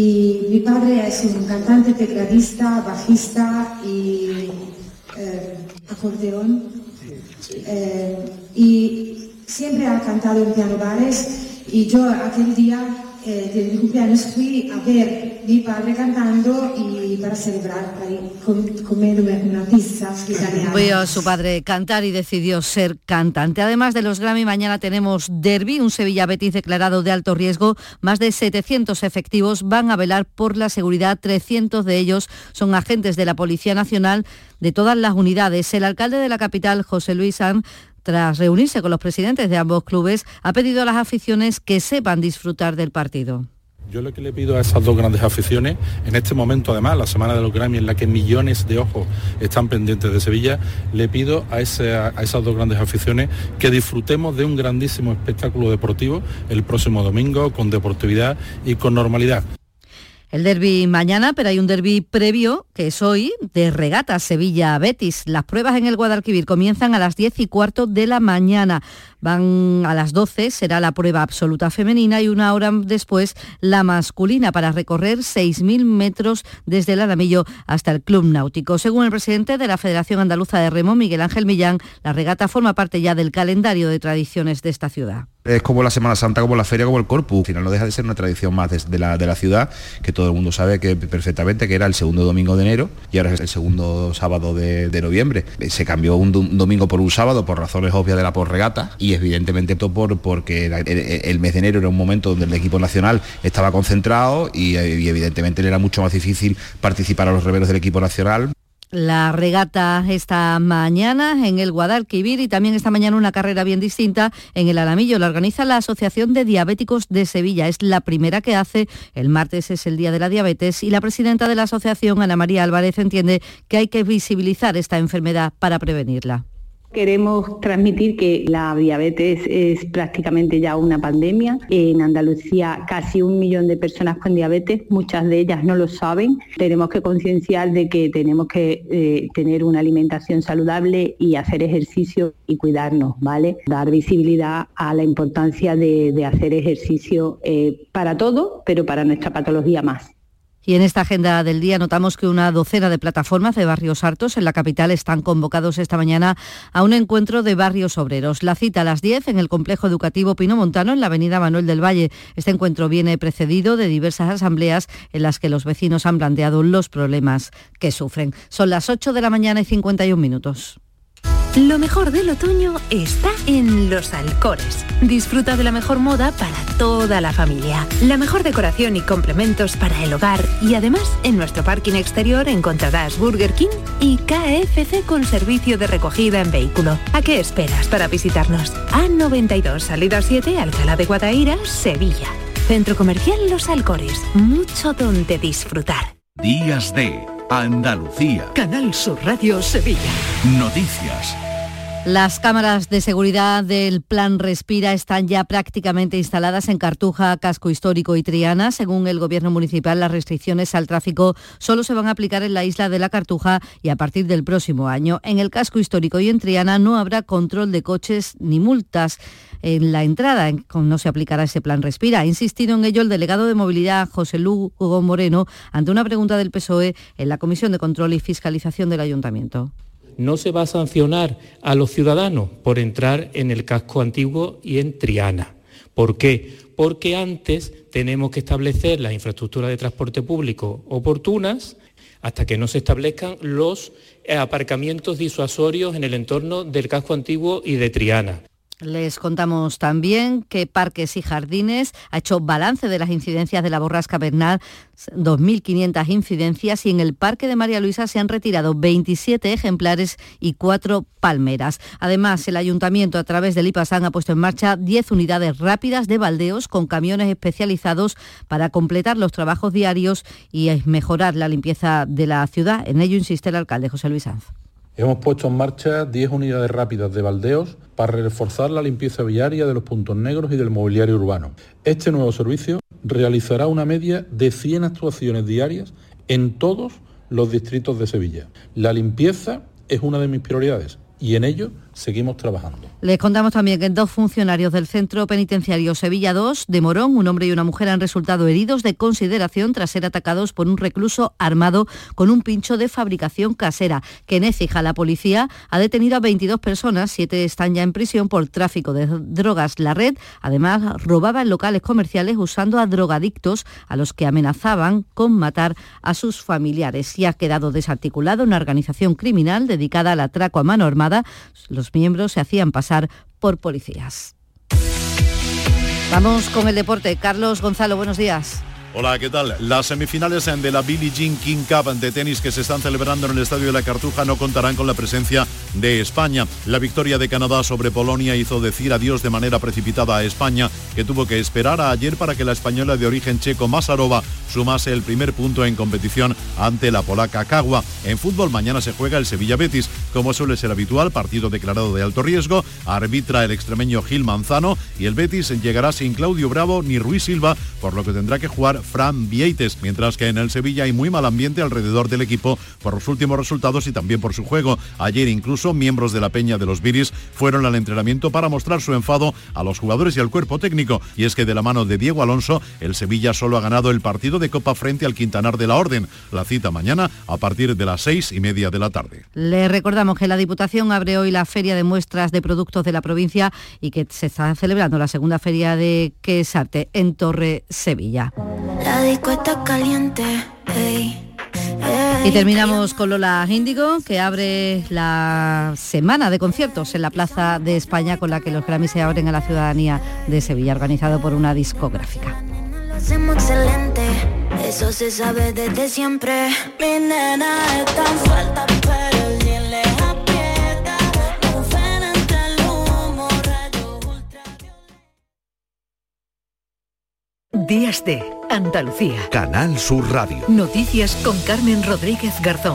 Y mi padre es un cantante, tecladista, bajista y eh, acordeón. Eh, y siempre ha cantado en piano bares y yo aquel día eh, del cumpleaños fui a ver mi padre cantando y para celebrar, para com- comer una pizza italiana. Vio a su padre cantar y decidió ser cantante. Además de los Grammy, mañana tenemos derbi, un Sevilla-Betis declarado de alto riesgo. Más de setecientos efectivos van a velar por la seguridad. trescientos de ellos son agentes de la Policía Nacional de todas las unidades. El alcalde de la capital, José Luis Sanz, tras reunirse con los presidentes de ambos clubes, ha pedido a las aficiones que sepan disfrutar del partido. Yo lo que le pido a esas dos grandes aficiones, en este momento además, la semana de los Grammy en la que millones de ojos están pendientes de Sevilla, le pido a, ese, a esas dos grandes aficiones que disfrutemos de un grandísimo espectáculo deportivo el próximo domingo, con deportividad y con normalidad. El derbi mañana, pero hay un derbi previo, que es hoy, de regata Sevilla-Betis. Las pruebas en el Guadalquivir comienzan a las diez y cuarto de la mañana. Van a las doce, será la prueba absoluta femenina y una hora después la masculina para recorrer seis mil metros desde el Alamillo hasta el Club Náutico. Según el presidente de la Federación Andaluza de Remo, Miguel Ángel Millán, la regata forma parte ya del calendario de tradiciones de esta ciudad. Es como la Semana Santa, como la feria, como el Corpus. Al final no deja de ser una tradición más de, de, la, de la ciudad, que todo el mundo sabe que perfectamente que era el segundo domingo de enero y ahora es el segundo sábado de, de noviembre. Se cambió un, un domingo por un sábado por razones obvias de la posregata y evidentemente todo por, porque el, el mes de enero era un momento donde el equipo nacional estaba concentrado y, y evidentemente le era mucho más difícil participar a los reveros del equipo nacional. La regata esta mañana en el Guadalquivir y también esta mañana una carrera bien distinta en el Alamillo. La organiza la Asociación de Diabéticos de Sevilla. Es la primera que hace. El martes es el Día de la Diabetes y la presidenta de la asociación, Ana María Álvarez, entiende que hay que visibilizar esta enfermedad para prevenirla. Queremos transmitir que la diabetes es prácticamente ya una pandemia. En Andalucía casi un millón de personas con diabetes, muchas de ellas no lo saben. Tenemos que concienciar de que tenemos que eh, tener una alimentación saludable y hacer ejercicio y cuidarnos, ¿vale? Dar visibilidad a la importancia de, de hacer ejercicio eh, para todo, pero para nuestra patología más. Y en esta agenda del día notamos que una docena de plataformas de barrios hartos en la capital están convocados esta mañana a un encuentro de barrios obreros. La cita a las diez en el complejo educativo Pino Montano en la avenida Manuel del Valle. Este encuentro viene precedido de diversas asambleas en las que los vecinos han planteado los problemas que sufren. Son las ocho de la mañana y cincuenta y un minutos. Lo mejor del otoño está en Los Alcores. Disfruta de la mejor moda para toda la familia, la mejor decoración y complementos para el hogar y además en nuestro parking exterior encontrarás Burger King y K F C con servicio de recogida en vehículo. ¿A qué esperas para visitarnos? A noventa y dos, salida siete, Alcalá de Guadaira, Sevilla. Centro Comercial Los Alcores, mucho donde disfrutar. Días de Andalucía. Canal Sur Radio Sevilla. Noticias. Las cámaras de seguridad del Plan Respira están ya prácticamente instaladas en Cartuja, Casco Histórico y Triana. Según el Gobierno municipal, las restricciones al tráfico solo se van a aplicar en la isla de la Cartuja y a partir del próximo año. En el Casco Histórico y en Triana no habrá control de coches ni multas en la entrada. No se aplicará ese Plan Respira. Ha insistido en ello el delegado de Movilidad, José Lugo Moreno, ante una pregunta del P S O E en la Comisión de Control y Fiscalización del Ayuntamiento. No se va a sancionar a los ciudadanos por entrar en el casco antiguo y en Triana. ¿Por qué? Porque antes tenemos que establecer las infraestructuras de transporte público oportunas hasta que no se establezcan los aparcamientos disuasorios en el entorno del casco antiguo y de Triana. Les contamos también que Parques y Jardines ha hecho balance de las incidencias de la borrasca Bernard, dos mil quinientas incidencias, y en el Parque de María Luisa se han retirado veintisiete ejemplares y cuatro palmeras. Además, el Ayuntamiento, a través del IPASAN, ha puesto en marcha diez unidades rápidas de baldeos con camiones especializados para completar los trabajos diarios y mejorar la limpieza de la ciudad. En ello insiste el alcalde José Luis Sanz. Hemos puesto en marcha diez unidades rápidas de baldeos para reforzar la limpieza viaria de los puntos negros y del mobiliario urbano. Este nuevo servicio realizará una media de cien actuaciones diarias en todos los distritos de Sevilla. La limpieza es una de mis prioridades y en ello seguimos trabajando. Les contamos también que dos funcionarios del Centro Penitenciario Sevilla dos de Morón, un hombre y una mujer, han resultado heridos de consideración tras ser atacados por un recluso armado con un pincho de fabricación casera. Que en Écija la policía ha detenido a veintidós personas, siete están ya en prisión por tráfico de drogas. La red, además, robaba en locales comerciales usando a drogadictos a los que amenazaban con matar a sus familiares. Y ha quedado desarticulada una organización criminal dedicada al atraco a mano armada. Los miembros se hacían pasar por policías. Vamos con el deporte. Carlos Gonzalo, buenos días. Hola, ¿qué tal? Las semifinales de la Billie Jean King Cup de tenis que se están celebrando en el Estadio de la Cartuja no contarán con la presencia de España. La victoria de Canadá sobre Polonia hizo decir adiós de manera precipitada a España, que tuvo que esperar a ayer para que la española de origen checo Masarova sumase el primer punto en competición ante la polaca Kagwa. En fútbol mañana se juega el Sevilla Betis, como suele ser habitual, partido declarado de alto riesgo. Arbitra el extremeño Gil Manzano y el Betis llegará sin Claudio Bravo ni Ruiz Silva, por lo que tendrá que jugar Fran Vieites, mientras que en el Sevilla hay muy mal ambiente alrededor del equipo por los últimos resultados y también por su juego. Ayer incluso miembros de la Peña de los Viris fueron al entrenamiento para mostrar su enfado a los jugadores y al cuerpo técnico, y es que de la mano de Diego Alonso el Sevilla solo ha ganado el partido de Copa frente al Quintanar de la Orden. La cita mañana a partir de las seis y media de la tarde. Le recordamos que la Diputación abre hoy la Feria de Muestras de Productos de la provincia y que se está celebrando la segunda Feria de Quesarte en Torre Sevilla. La disco está caliente, hey, hey. Y terminamos con Lola Índigo, que abre la semana de conciertos en la Plaza de España, con la que los Grammy se abren a la ciudadanía de Sevilla, organizado por una discográfica. Lo hacemos excelente, eso se sabe desde siempre. Mi nena es tan suelta, pero el día le aprieta. Mujer entre el humo, rayo ultravioleta. Días de Andalucía. Canal Sur Radio. Noticias con Carmen Rodríguez Garzón.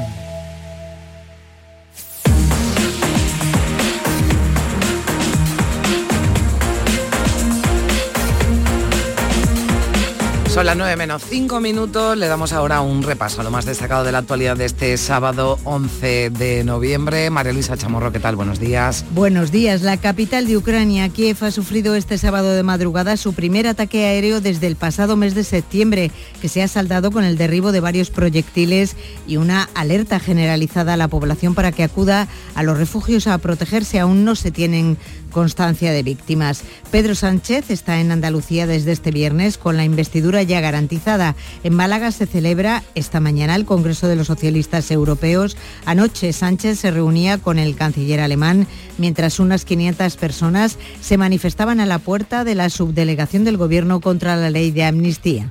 Son las nueve menos cinco minutos, le damos ahora un repaso a lo más destacado de la actualidad de este sábado once de noviembre. María Luisa Chamorro, ¿qué tal? Buenos días. Buenos días. La capital de Ucrania, Kiev, ha sufrido este sábado de madrugada su primer ataque aéreo desde el pasado mes de septiembre, que se ha saldado con el derribo de varios proyectiles y una alerta generalizada a la población para que acuda a los refugios a protegerse. Aún no se tienen constancia de víctimas. Pedro Sánchez está en Andalucía desde este viernes con la investidura ya garantizada. En Málaga se celebra esta mañana el Congreso de los Socialistas Europeos. Anoche Sánchez se reunía con el canciller alemán, mientras unas quinientas personas se manifestaban a la puerta de la subdelegación del Gobierno contra la ley de amnistía.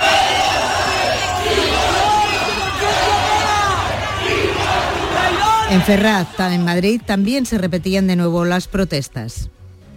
En Ferraz, en Madrid, también se repetían de nuevo las protestas.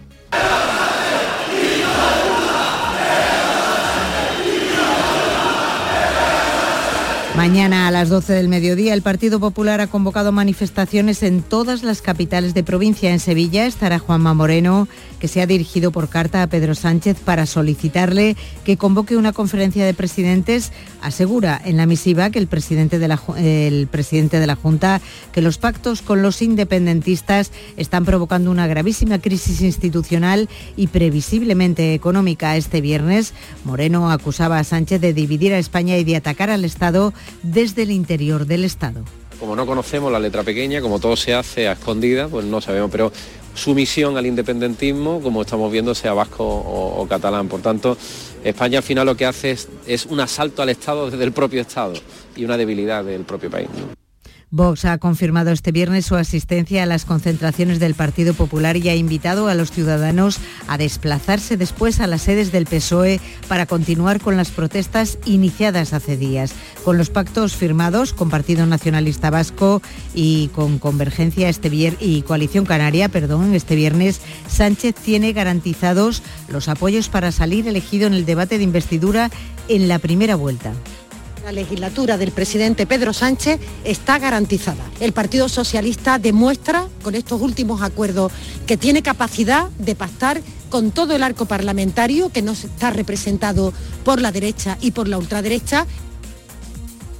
Mañana a las doce del mediodía el Partido Popular ha convocado manifestaciones en todas las capitales de provincia. En Sevilla estará Juanma Moreno, que se ha dirigido por carta a Pedro Sánchez para solicitarle que convoque una conferencia de presidentes. Asegura en la misiva que el presidente de la, el presidente de la Junta que los pactos con los independentistas están provocando una gravísima crisis institucional y previsiblemente económica. Este viernes Moreno acusaba a Sánchez de dividir a España y de atacar al Estado desde el interior del Estado. Como no conocemos la letra pequeña, como todo se hace a escondidas, pues no sabemos, pero sumisión al independentismo, como estamos viendo, sea vasco o, o catalán. Por tanto, España al final lo que hace es, es un asalto al Estado desde el propio Estado y una debilidad del propio país. Vox ha confirmado este viernes su asistencia a las concentraciones del Partido Popular y ha invitado a los ciudadanos a desplazarse después a las sedes del P S O E para continuar con las protestas iniciadas hace días. Con los pactos firmados con Partido Nacionalista Vasco y con Convergencia este vier- y Coalición Canaria, perdón, este viernes, Sánchez tiene garantizados los apoyos para salir elegido en el debate de investidura en la primera vuelta. La legislatura del presidente Pedro Sánchez está garantizada. El Partido Socialista demuestra con estos últimos acuerdos que tiene capacidad de pactar con todo el arco parlamentario, que no está representado por la derecha y por la ultraderecha.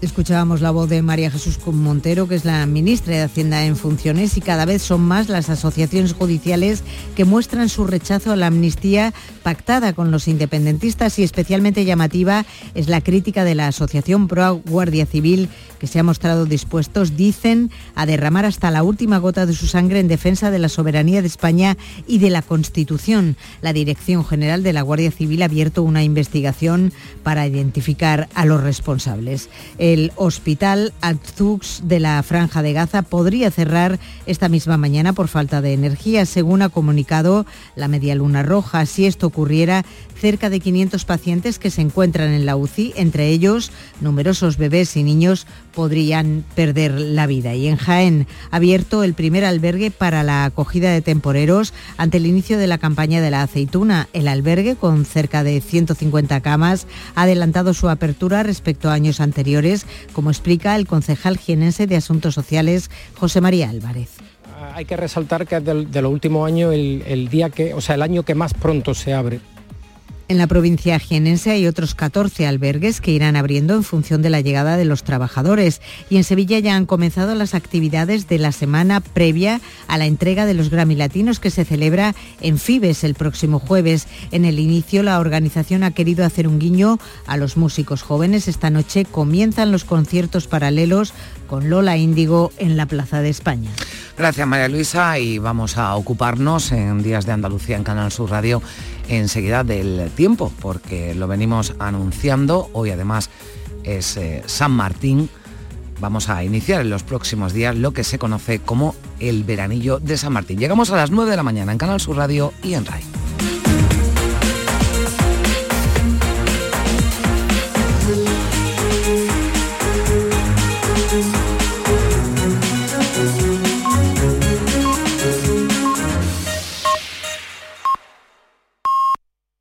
Escuchábamos la voz de María Jesús Montero, que es la ministra de Hacienda en funciones, y cada vez son más las asociaciones judiciales que muestran su rechazo a la amnistía pactada con los independentistas, y especialmente llamativa es la crítica de la Asociación Pro Guardia Civil, que se ha mostrado dispuestos, dicen, a derramar hasta la última gota de su sangre en defensa de la soberanía de España y de la Constitución. La Dirección General de la Guardia Civil ha abierto una investigación para identificar a los responsables. El hospital Al-Quds de la Franja de Gaza podría cerrar esta misma mañana por falta de energía, según ha comunicado la Media Luna Roja. Si esto ocurriera, cerca de quinientos pacientes que se encuentran en la U C I, entre ellos numerosos bebés y niños, podrían perder la vida. Y en Jaén ha abierto el primer albergue para la acogida de temporeros ante el inicio de la campaña de la aceituna. El albergue, con cerca de ciento cincuenta camas, ha adelantado su apertura respecto a años anteriores, como explica el concejal jienense de Asuntos Sociales, José María Álvarez. Hay que resaltar que es de, de los últimos años el, el día que, o sea, el año que más pronto se abre. En la provincia jienense hay otros catorce albergues que irán abriendo en función de la llegada de los trabajadores, y en Sevilla ya han comenzado las actividades de la semana previa a la entrega de los Grammy Latinos, que se celebra en Fibes el próximo jueves. En el inicio, la organización ha querido hacer un guiño a los músicos jóvenes. Esta noche comienzan los conciertos paralelos con Lola Índigo en la Plaza de España. Gracias, María Luisa, y vamos a ocuparnos en Días de Andalucía en Canal Sur Radio enseguida del tiempo, porque lo venimos anunciando. Hoy además es eh, San Martín. Vamos a iniciar en los próximos días lo que se conoce como el veranillo de San Martín. Llegamos a las nueve de la mañana en Canal Sur Radio y en R A I.